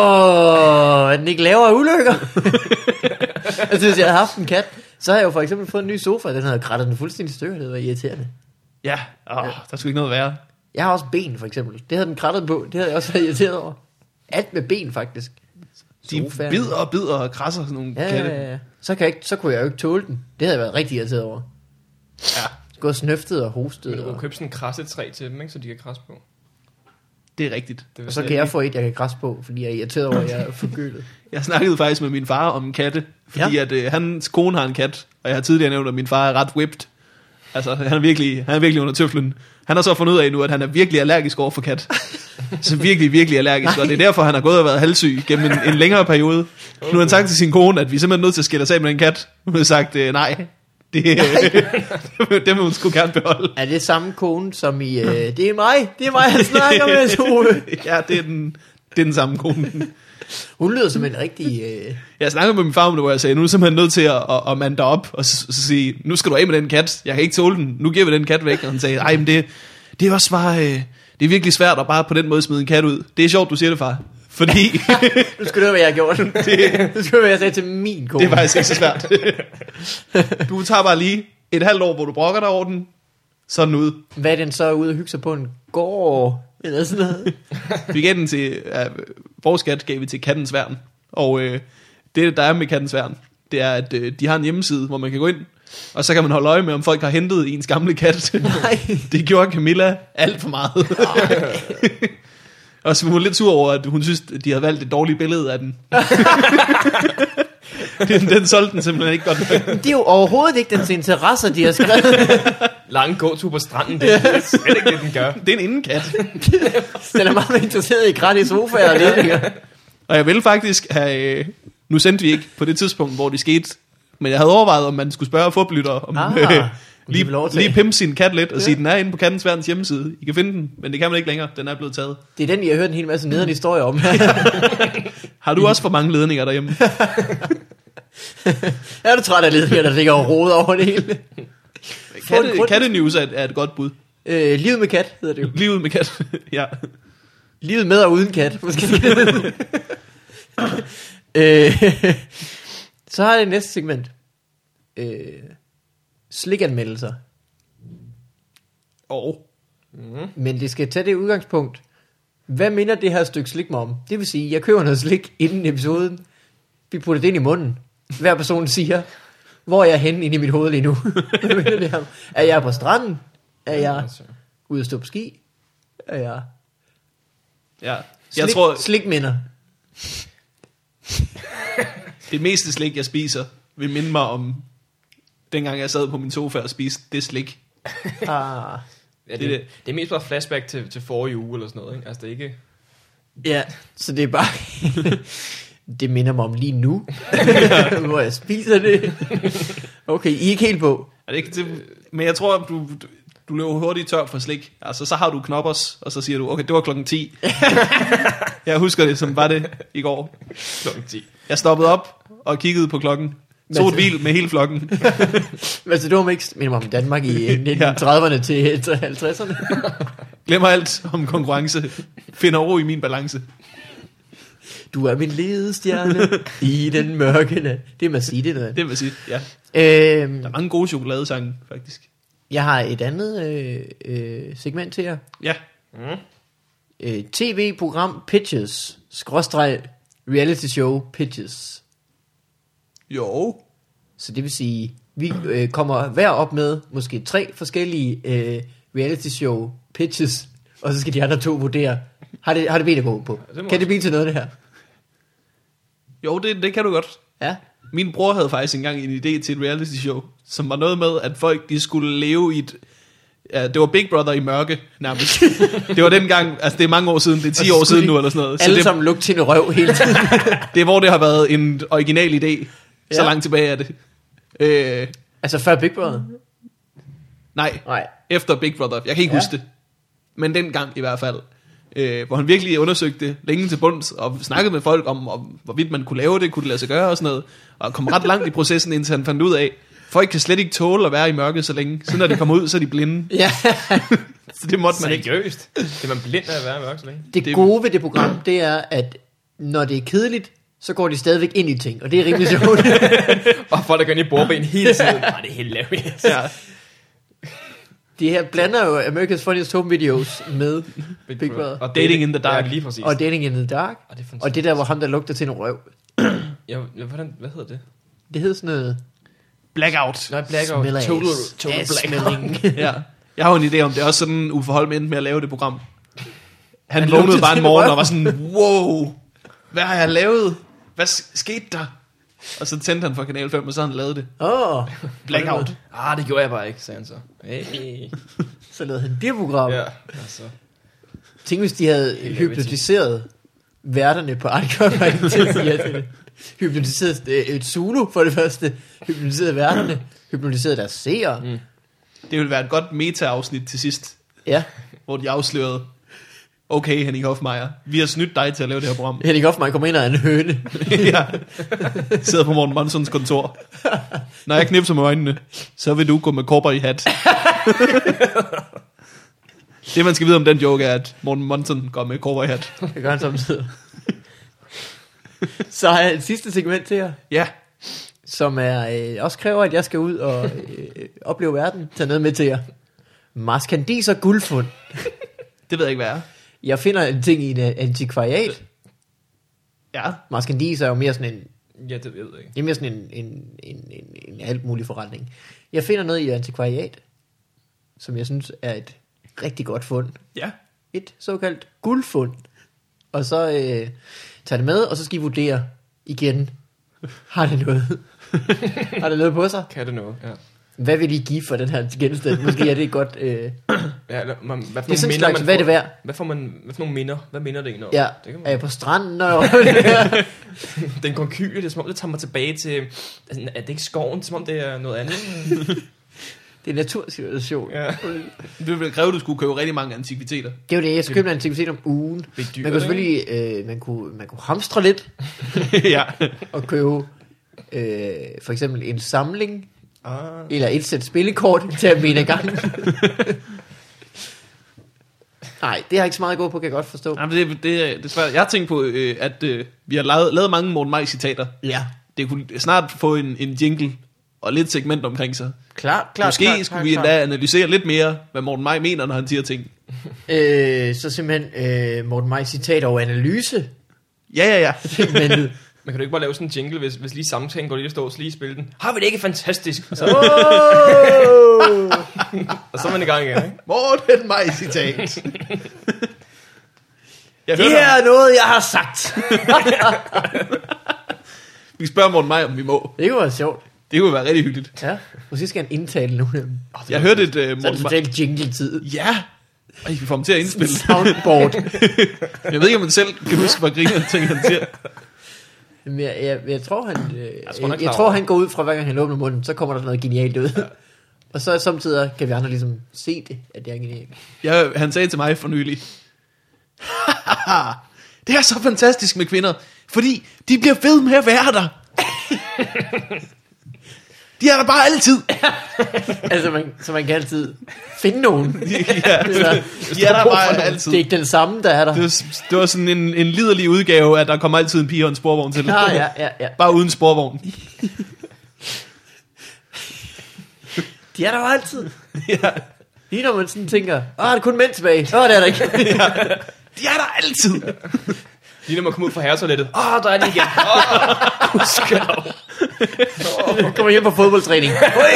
A: Er den ikke lavere ulykker? Altså, hvis jeg havde haft en kat, så har jeg jo for eksempel fået en ny sofa. Den havde krattet den fuldstændig i stykker. Det var irriterende.
B: Ja, der skulle ikke noget være.
A: Jeg har også ben, for eksempel. Det havde den krattet på. Det havde jeg også været irriteret over. Alt med ben, faktisk.
B: De
A: Sofaen.
B: bider og krasser sådan nogle katte.
A: Ja. Så kunne jeg jo ikke tåle den. Det havde jeg været rigtig irriteret over.
B: Ja,
A: Gået snøftet og hostet.
C: Men du kan
A: Og,
C: købe sådan en krassetræ til dem, ikke, så de kan krasse på.
B: det er rigtigt.
C: Det
A: og så kan jeg få et, jeg kan græs på, fordi jeg er irriteret over, at jeg er forgølet.
B: Jeg snakkede faktisk med min far om katte, fordi at hans kone har en kat, og jeg har tidligere nævnt, at min far er ret whipped. Altså, han er virkelig under tøflen. Han har så fundet ud af nu, at han er virkelig allergisk over for kat. Så virkelig allergisk, og det er derfor, han har gået og været halvsyg gennem en længere periode. Nu har han sagt til sin kone, at vi er simpelthen nødt til at skille os af med den kat. Hun har sagt, nej, Det vil hun skulle gerne beholde.
A: Er det samme kone som i, det er mig, han snakker med, Tove.
B: Ja, det er den samme kone.
A: Hun lyder som en rigtig...
B: Jeg snakkede med min far om det, hvor jeg sagde, nu er du simpelthen nødt til at mande dig op, og så sige, nu skal du af med den kat, jeg kan ikke tåle den, nu giver vi den kat væk. Og han sagde, ej, men det er også bare, det er virkelig svært at bare på den måde smide en kat ud. Det er sjovt, du siger det, far. Fordi...
A: Nu skal du høre, hvad jeg har gjort. Nu skal du høre, hvad jeg sagde til min kone.
B: Det er faktisk ikke så svært. Du tager bare lige et halvt år, hvor du brokker dig over den, sådan ud.
A: Hvad er den så ude og hygge sig på en gård? Eller sådan noget?
B: Vi gav den til, vores kat gav vi til Kattens Værn. Og det, der er med Kattens Værn, det er, at de har en hjemmeside, hvor man kan gå ind, og så kan man holde øje med, om folk har hentet ens gamle kat.
A: Nej.
B: Det gjorde Camilla alt for meget. Og så var hun lidt sur over, at hun synes, at de havde valgt et dårligt billede af den. Den solgte den simpelthen ikke godt.
A: Det er jo overhovedet ikke dens interesser, de har skrevet.
C: Lang gåtur på stranden, det er slet ikke det, den gør.
B: Det er en indenkat.
A: Den er meget mere interesseret i gratis sofaer og ledninger.
B: Og jeg ville faktisk have... Nu sendte vi ikke på det tidspunkt, hvor det skete. Men jeg havde overvejet, om man skulle spørge fodboldlyttere om lige pimpe sin kat lidt og sige, den er inde på Kattens Værns hjemmeside. I kan finde den, men det kan man ikke længere. Den er blevet taget.
A: Det er den, jeg har hørt en hel masse nederen historie om.
B: Har du også for mange ledninger derhjemme?
A: Er du træt af ledninger, der ligger og roder over det hele?
B: Kattenews er et godt bud.
A: Livet med kat hedder det jo.
B: Livet med kat, ja.
A: Livet med og uden kat, måske. Så har jeg det næste segment. Slikanmeldelser. Men det skal tage det udgangspunkt. Hvad minder det her stykke slik mig om? Det vil sige, jeg køber noget slik inden episoden. Vi putter det ind i munden. Hver person siger, hvor er jeg henne inde i mit hoved lige nu? Hvad minder det her? Er jeg på stranden? Er jeg ude at stå på ski? Er jeg...
B: Ja. Jeg tror,
A: slikminder.
B: det meste slik, jeg spiser, vil minde mig om dengang jeg sad på min sofa og spiste det slik.
C: Ja, det er mest bare flashback til forrige uge eller sådan noget, ikke? Altså det er ikke...
A: Ja, så det er bare... det minder mig om lige nu, hvor jeg spiser det. Okay, I er ikke helt på.
B: Men jeg tror, du løber hurtigt tør for slik. Altså, så har du knoppers, og så siger du, okay, det var klokken 10. Jeg husker det, som var det i går.
C: Klokken 10.
B: Jeg stoppede op og kiggede på klokken. Tog et hvil med hele flokken.
A: Altså, det var ikke minder mig om Danmark i 1930'erne til 50'erne.
B: Glemmer alt om konkurrence. Finder ro i min balance.
A: Du er min ledestjerne i den mørke nat. Det er man sige, det noget.
B: Det vil sige, ja. Der er mange gode chokoladesange, faktisk.
A: Jeg har et andet segment til jer.
B: Ja.
A: TV-program Pitches. / reality show Pitches.
B: Jo.
A: Så det vil sige, vi kommer hver op med måske 3 forskellige reality show pitches, og så skal de andre 2 vurdere. Har det bedt at gå på? Kan det blive til noget, det her?
B: Jo, det kan du godt.
A: Ja.
B: Min bror havde faktisk engang en idé til et reality show, som var noget med, at folk de skulle leve i et... Ja, det var Big Brother i mørke, nærmest. Det var dengang, altså det er mange år siden, det er 10 år siden nu, eller sådan noget.
A: Alle
B: så
A: sammen lugte til en røv hele tiden.
B: Det er, hvor det har været en original idé. Så langt tilbage er det.
A: Altså før Big Brother?
B: Nej,
A: Nej.
B: Efter Big Brother. Jeg kan ikke huske det. Men dengang i hvert fald. Hvor han virkelig undersøgte det længe til bunds, og snakkede med folk om hvorvidt man kunne lave det, kunne det lade sig gøre og sådan noget. Og kom ret langt i processen, indtil han fandt ud af, folk kan slet ikke tåle at være i mørket så længe. Så når de kommer ud, så er de blinde.
A: Ja.
B: Så det måtte man ikke.
C: Seriøst? Det er man blind af at være i mørket så længe?
A: Det gode ved det program, det er, at når det er kedeligt, så går de stadigvæk ind i ting, og det er rimelig sjovt.
C: Og folk der går ind i bordben hele tiden. Det er hilarious.
B: Ja.
A: Det her blander jo America's Funniest Home Videos med Big Brother.
C: Og
B: Dating in the Dark.
C: Ja, lige præcis.
A: Og Dating in the Dark. Og det der, hvor ham der lugter til en røv.
C: Ja, hvad hedder det?
A: Det hedder sådan noget...
B: Blackout.
C: Nej, blackout. Total blackout.
B: Ja. Jeg har jo en idé om, det er også sådan uforhold med med at lave det program. Han
A: lugtede
B: vågnede bare
A: til
B: en morgen
A: røv.
B: og var sådan, wow, hvad har jeg lavet? Hvad skete der? Og så tændte han for Kanal 5, og så han lavet det. Blackout.
C: Det gjorde jeg bare ikke, sagde han så. Hey.
A: Så lavede han det program.
C: Ja, altså.
A: Tænk, hvis de havde hypnotiseret værterne på Arcade til at sige ja til det. Hypnotiseret et Zulu for det første. Hypnotiseret værterne. Hypnotiseret deres seere.
B: Det ville være et godt meta-afsnit til sidst,
A: Ja.
B: hvor de afslørede, okay Henning Hofmeier, vi har snydt dig til at lave det her program.
A: Henning Hofmeier kommer ind og er en høne.
B: Ja. Sidder på Morten Monsons kontor. Når jeg knipser med øjnene, så vil du gå med korper i hat. Det man skal vide om den joke er, at Morten Monson går med korper i hat.
A: Det gør han samtidig. Så har jeg et sidste segment til jer,
B: Ja.
A: som er også kræver, at jeg skal ud og opleve verden. Tag noget med til jer. Maskandis og guldfund.
B: Det ved jeg ikke, hvad er.
A: Jeg finder en ting i en antikvariat.
B: Ja.
A: Maskandis er jo mere sådan en,
C: Ja, det ved jeg ikke.
A: det er mere sådan en alt mulig forretning. Jeg finder noget i antikvariat, som jeg synes er et rigtig godt fund.
B: Ja.
A: Et såkaldt guldfund. Og så tager det med, og så skal I vurdere igen. Har det noget? Har det noget på sig?
C: Kan det noget, ja.
A: Hvad vil I give for den her genstand? Måske er det et godt...
C: Ja, eller, hvad for
A: det er
C: nogle
A: sådan en
C: minder,
A: slags,
C: man
A: hvad er det
C: får?
A: værd?
C: Hvad får nogle minder? Hvad minder det egentlig om?
A: Ja,
C: Det kan
A: er jeg
C: man...
A: på stranden? Og
C: Den konkylie, det er som om, det tager mig tilbage til... Altså, er det ikke skoven? Det er som om, det er noget andet.
A: det er en natursituation.
C: Ja.
B: Det ville kræve, at du skulle købe rigtig mange antikviteter.
A: Det er jo det, jeg skal købe en antikvitet om ugen.
C: Det er dyrt,
A: Man kunne selvfølgelig man kunne hamstre lidt
B: Ja.
A: og købe for eksempel en samling
C: Ah.
A: eller et sæt spillekort til at mene gang. Nej, det har ikke så meget at gå på, kan jeg godt forstå.
B: Jamen, det er svært. Jeg har tænkt på, at vi har lavet mange Morten Maj citater.
A: Ja,
B: Det kunne snart få en jingle og lidt segment omkring sig.
A: klart.
B: Måske skulle vi endda analysere lidt mere, hvad Morten Maj mener, når han siger ting.
A: Så simpelthen Morten Maj citat og analyse.
B: Ja.
A: Segmentet.
C: Man kan du ikke bare lave sådan en jingle, hvis lige samtalen går lige at stå og lige spille den. Har vi det ikke fantastisk? Så, og så er man i gang igen, ikke?
B: Morten Maj citat. Jeg
A: Det
B: hørte
A: her
B: ham.
A: er noget, jeg har sagt.
B: Vi spørger Morten Maj, om vi må.
A: Det kunne være sjovt.
B: Det kunne være rigtig hyggeligt.
A: Ja, måske skal han indtale nogle af dem.
B: Jeg hørte et
A: Så er det
B: Morten Maj...
A: totalt jingle-tid.
B: Ja. Ej, vi får ham til at indspille.
A: Soundboard.
B: Jeg ved ikke, om man selv kan huske, hvad griner ting, han siger.
A: Men jeg tror, han,
C: han er klar
A: jeg tror,
C: over
A: han går ud fra, hver gang han åbner munden, så kommer der noget genialt ud. Ja. Og så samtidig kan vi andre ligesom se det, at det er genialt.
B: Han sagde til mig for nylig, det er så fantastisk med kvinder, fordi de bliver ved med at være der. De er der bare altid.
A: Altså, så man kan altid finde nogen.
B: Ja,
A: Eller,
B: de er der bare altid.
A: det er ikke den samme, der er der.
B: Det var sådan en liderlig udgave, at der kommer altid en pige og en sporvogn til.
A: Ja.
B: Bare uden sporvogn.
A: De er der jo altid.
B: Ja.
A: Lige når man sådan tænker, er der kun mænd tilbage? Det er der ikke.
B: De er der altid.
C: Lige når man kommer ud fra herretoilettet. Der er det igen. Gudskelov.
A: Jeg kommer hjem på fodboldtræning.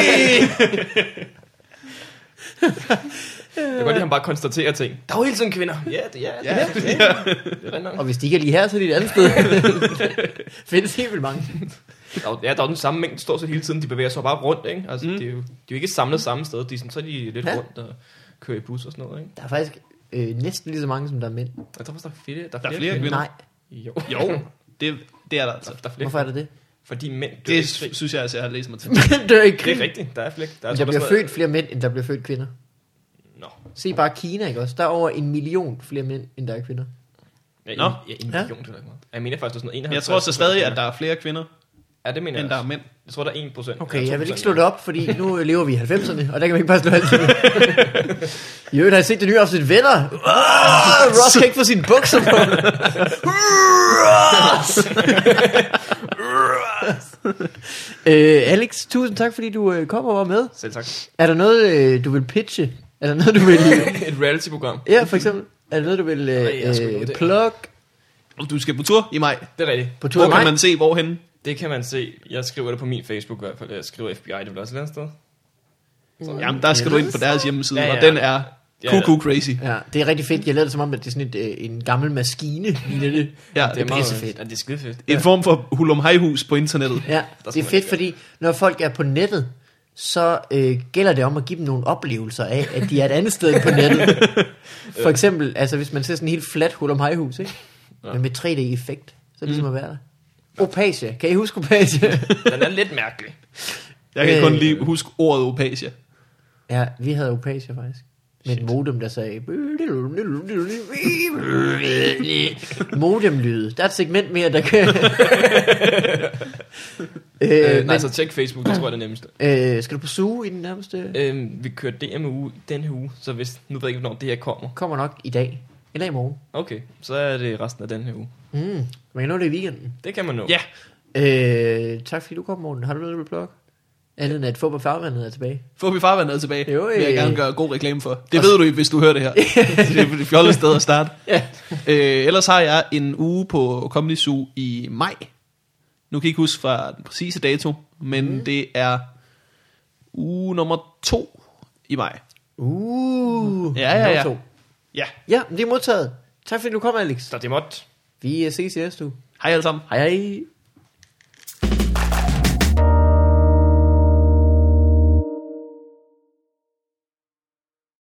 C: Det er godt, at han bare konstaterer ting. Der er jo hele tiden kvinder. Ja, det er det.
A: Og hvis de ikke er lige her, så er de et andet sted. Findes helt vildt mange.
C: Der er jo den samme mængde, stort set hele tiden. De bevæger sig bare rundt, ikke? Altså, de er jo ikke samlet samme sted. De er sådan, så er de lidt rundt og kører i bus og sådan noget, ikke?
A: Der er faktisk næsten lige så mange, som der er mænd.
C: Jeg tror faktisk, der
B: Der er flere kvinder.
A: Nej,
C: Jo.
B: Jo, det er der altså.
C: Der er flere.
A: hvorfor er der det?
C: Fordi mænd dør
B: Det
C: ikke krig.
B: synes jeg altså, jeg har læst mig til.
A: Men det er ikke
C: Det er rigtigt. Der er flere. Der, er,
A: Der bliver født flere mænd, end der bliver født kvinder.
C: Nå.
A: Se bare Kina, ikke også? Der er over 1 million flere mænd, end der er kvinder.
C: Ja,
B: Nå.
C: en million, det er ikke meget. Jeg mener faktisk, det er sådan 51.
B: Jeg tror så stadig, at der er flere kvinder,
C: Ja, det mener
B: end
C: jeg
B: der er
C: også.
B: mænd.
C: Jeg tror, der er 1%.
A: Okay, jeg vil ikke slå det op, fordi nu lever vi i 90'erne, og der kan man ikke bare slå alt det. I øvrigt har jeg set det nye afsnit Venner. Ross kan ikke få sine bukser på. Alex, tusind tak, fordi du kom og var med.
C: Selv tak.
A: Er der noget, du vil pitche? Er der noget, du vil...
C: Et reality-program.
A: Ja, for eksempel. Er der noget, du vil
C: jeg skulle nå det.
A: plug
B: Og du skal på tur i maj.
C: Det er rigtigt.
A: på tur
B: Hvor
A: i
B: kan
A: maj?
B: man se, hvorhenne?
C: Det kan man se. Jeg skriver det på min Facebook i hvert fald. Jeg skriver FBI, det er vel også et eller andet sted.
B: Jamen, der skal du ind på deres hjemmeside,
C: Ja, ja.
B: og den er
C: Ja,
B: cuckoo crazy.
A: Ja, det er rigtig fedt. Jeg lavede det som om, at det er sådan en gammel maskine. Ligner det.
B: Ja,
C: Det er meget
A: pissefedt.
C: Ja, det er skide fedt.
B: en form for hulumhejhus på internettet.
A: Ja,
C: skal
A: det er
C: man
A: fedt,
C: ikke
A: fordi når folk er på nettet, så gælder det om at give dem nogle oplevelser af, at de er et andet sted end på nettet. For eksempel, altså hvis man ser sådan en helt flat hul om hejhus, ikke? Men med 3D-effekt. Så er det ligesom at være der. Opasia. Kan I huske Opasia?
C: Den er lidt mærkelig.
B: Jeg kan kun lige huske ordet Opasia.
A: Ja, vi havde Opasia faktisk. Med et modem, der sagde... Modemlyde. Der er et segment mere, der kan...
C: Nej, så tjek Facebook, det tror jeg er det nemmeste.
A: Skal du på suge i den nærmeste?
C: Vi kører DMU den her uge, så hvis nu ved jeg ikke, hvornår det her kommer.
A: Kommer nok i dag. Eller i morgen.
C: Okay, så er det resten af den her uge.
A: Man kan nå det i weekenden.
C: Det kan man nå.
B: Ja,
A: Tak fordi du kom, Morten. Har du noget, du vil plukke? Andet end at Fup og Farvandet er tilbage.
B: får vi farvandet tilbage.
A: Jo,
B: vil jeg gerne gøre god reklame for. Det ved du ikke, hvis du hører det her. Det er det fjollede sted at starte.
A: Ja.
B: Ellers har jeg en uge på Comedy Zoo i maj. Nu kan jeg ikke huske fra den præcise dato, men det er uge nummer 2 i maj.
A: Ja.
B: Ja.
A: Ja, det er modtaget. Tak fordi du kom, Alex.
C: Så det måtte.
A: Vi ses i næste uge.
B: Hej alle sammen.
A: Hej hej.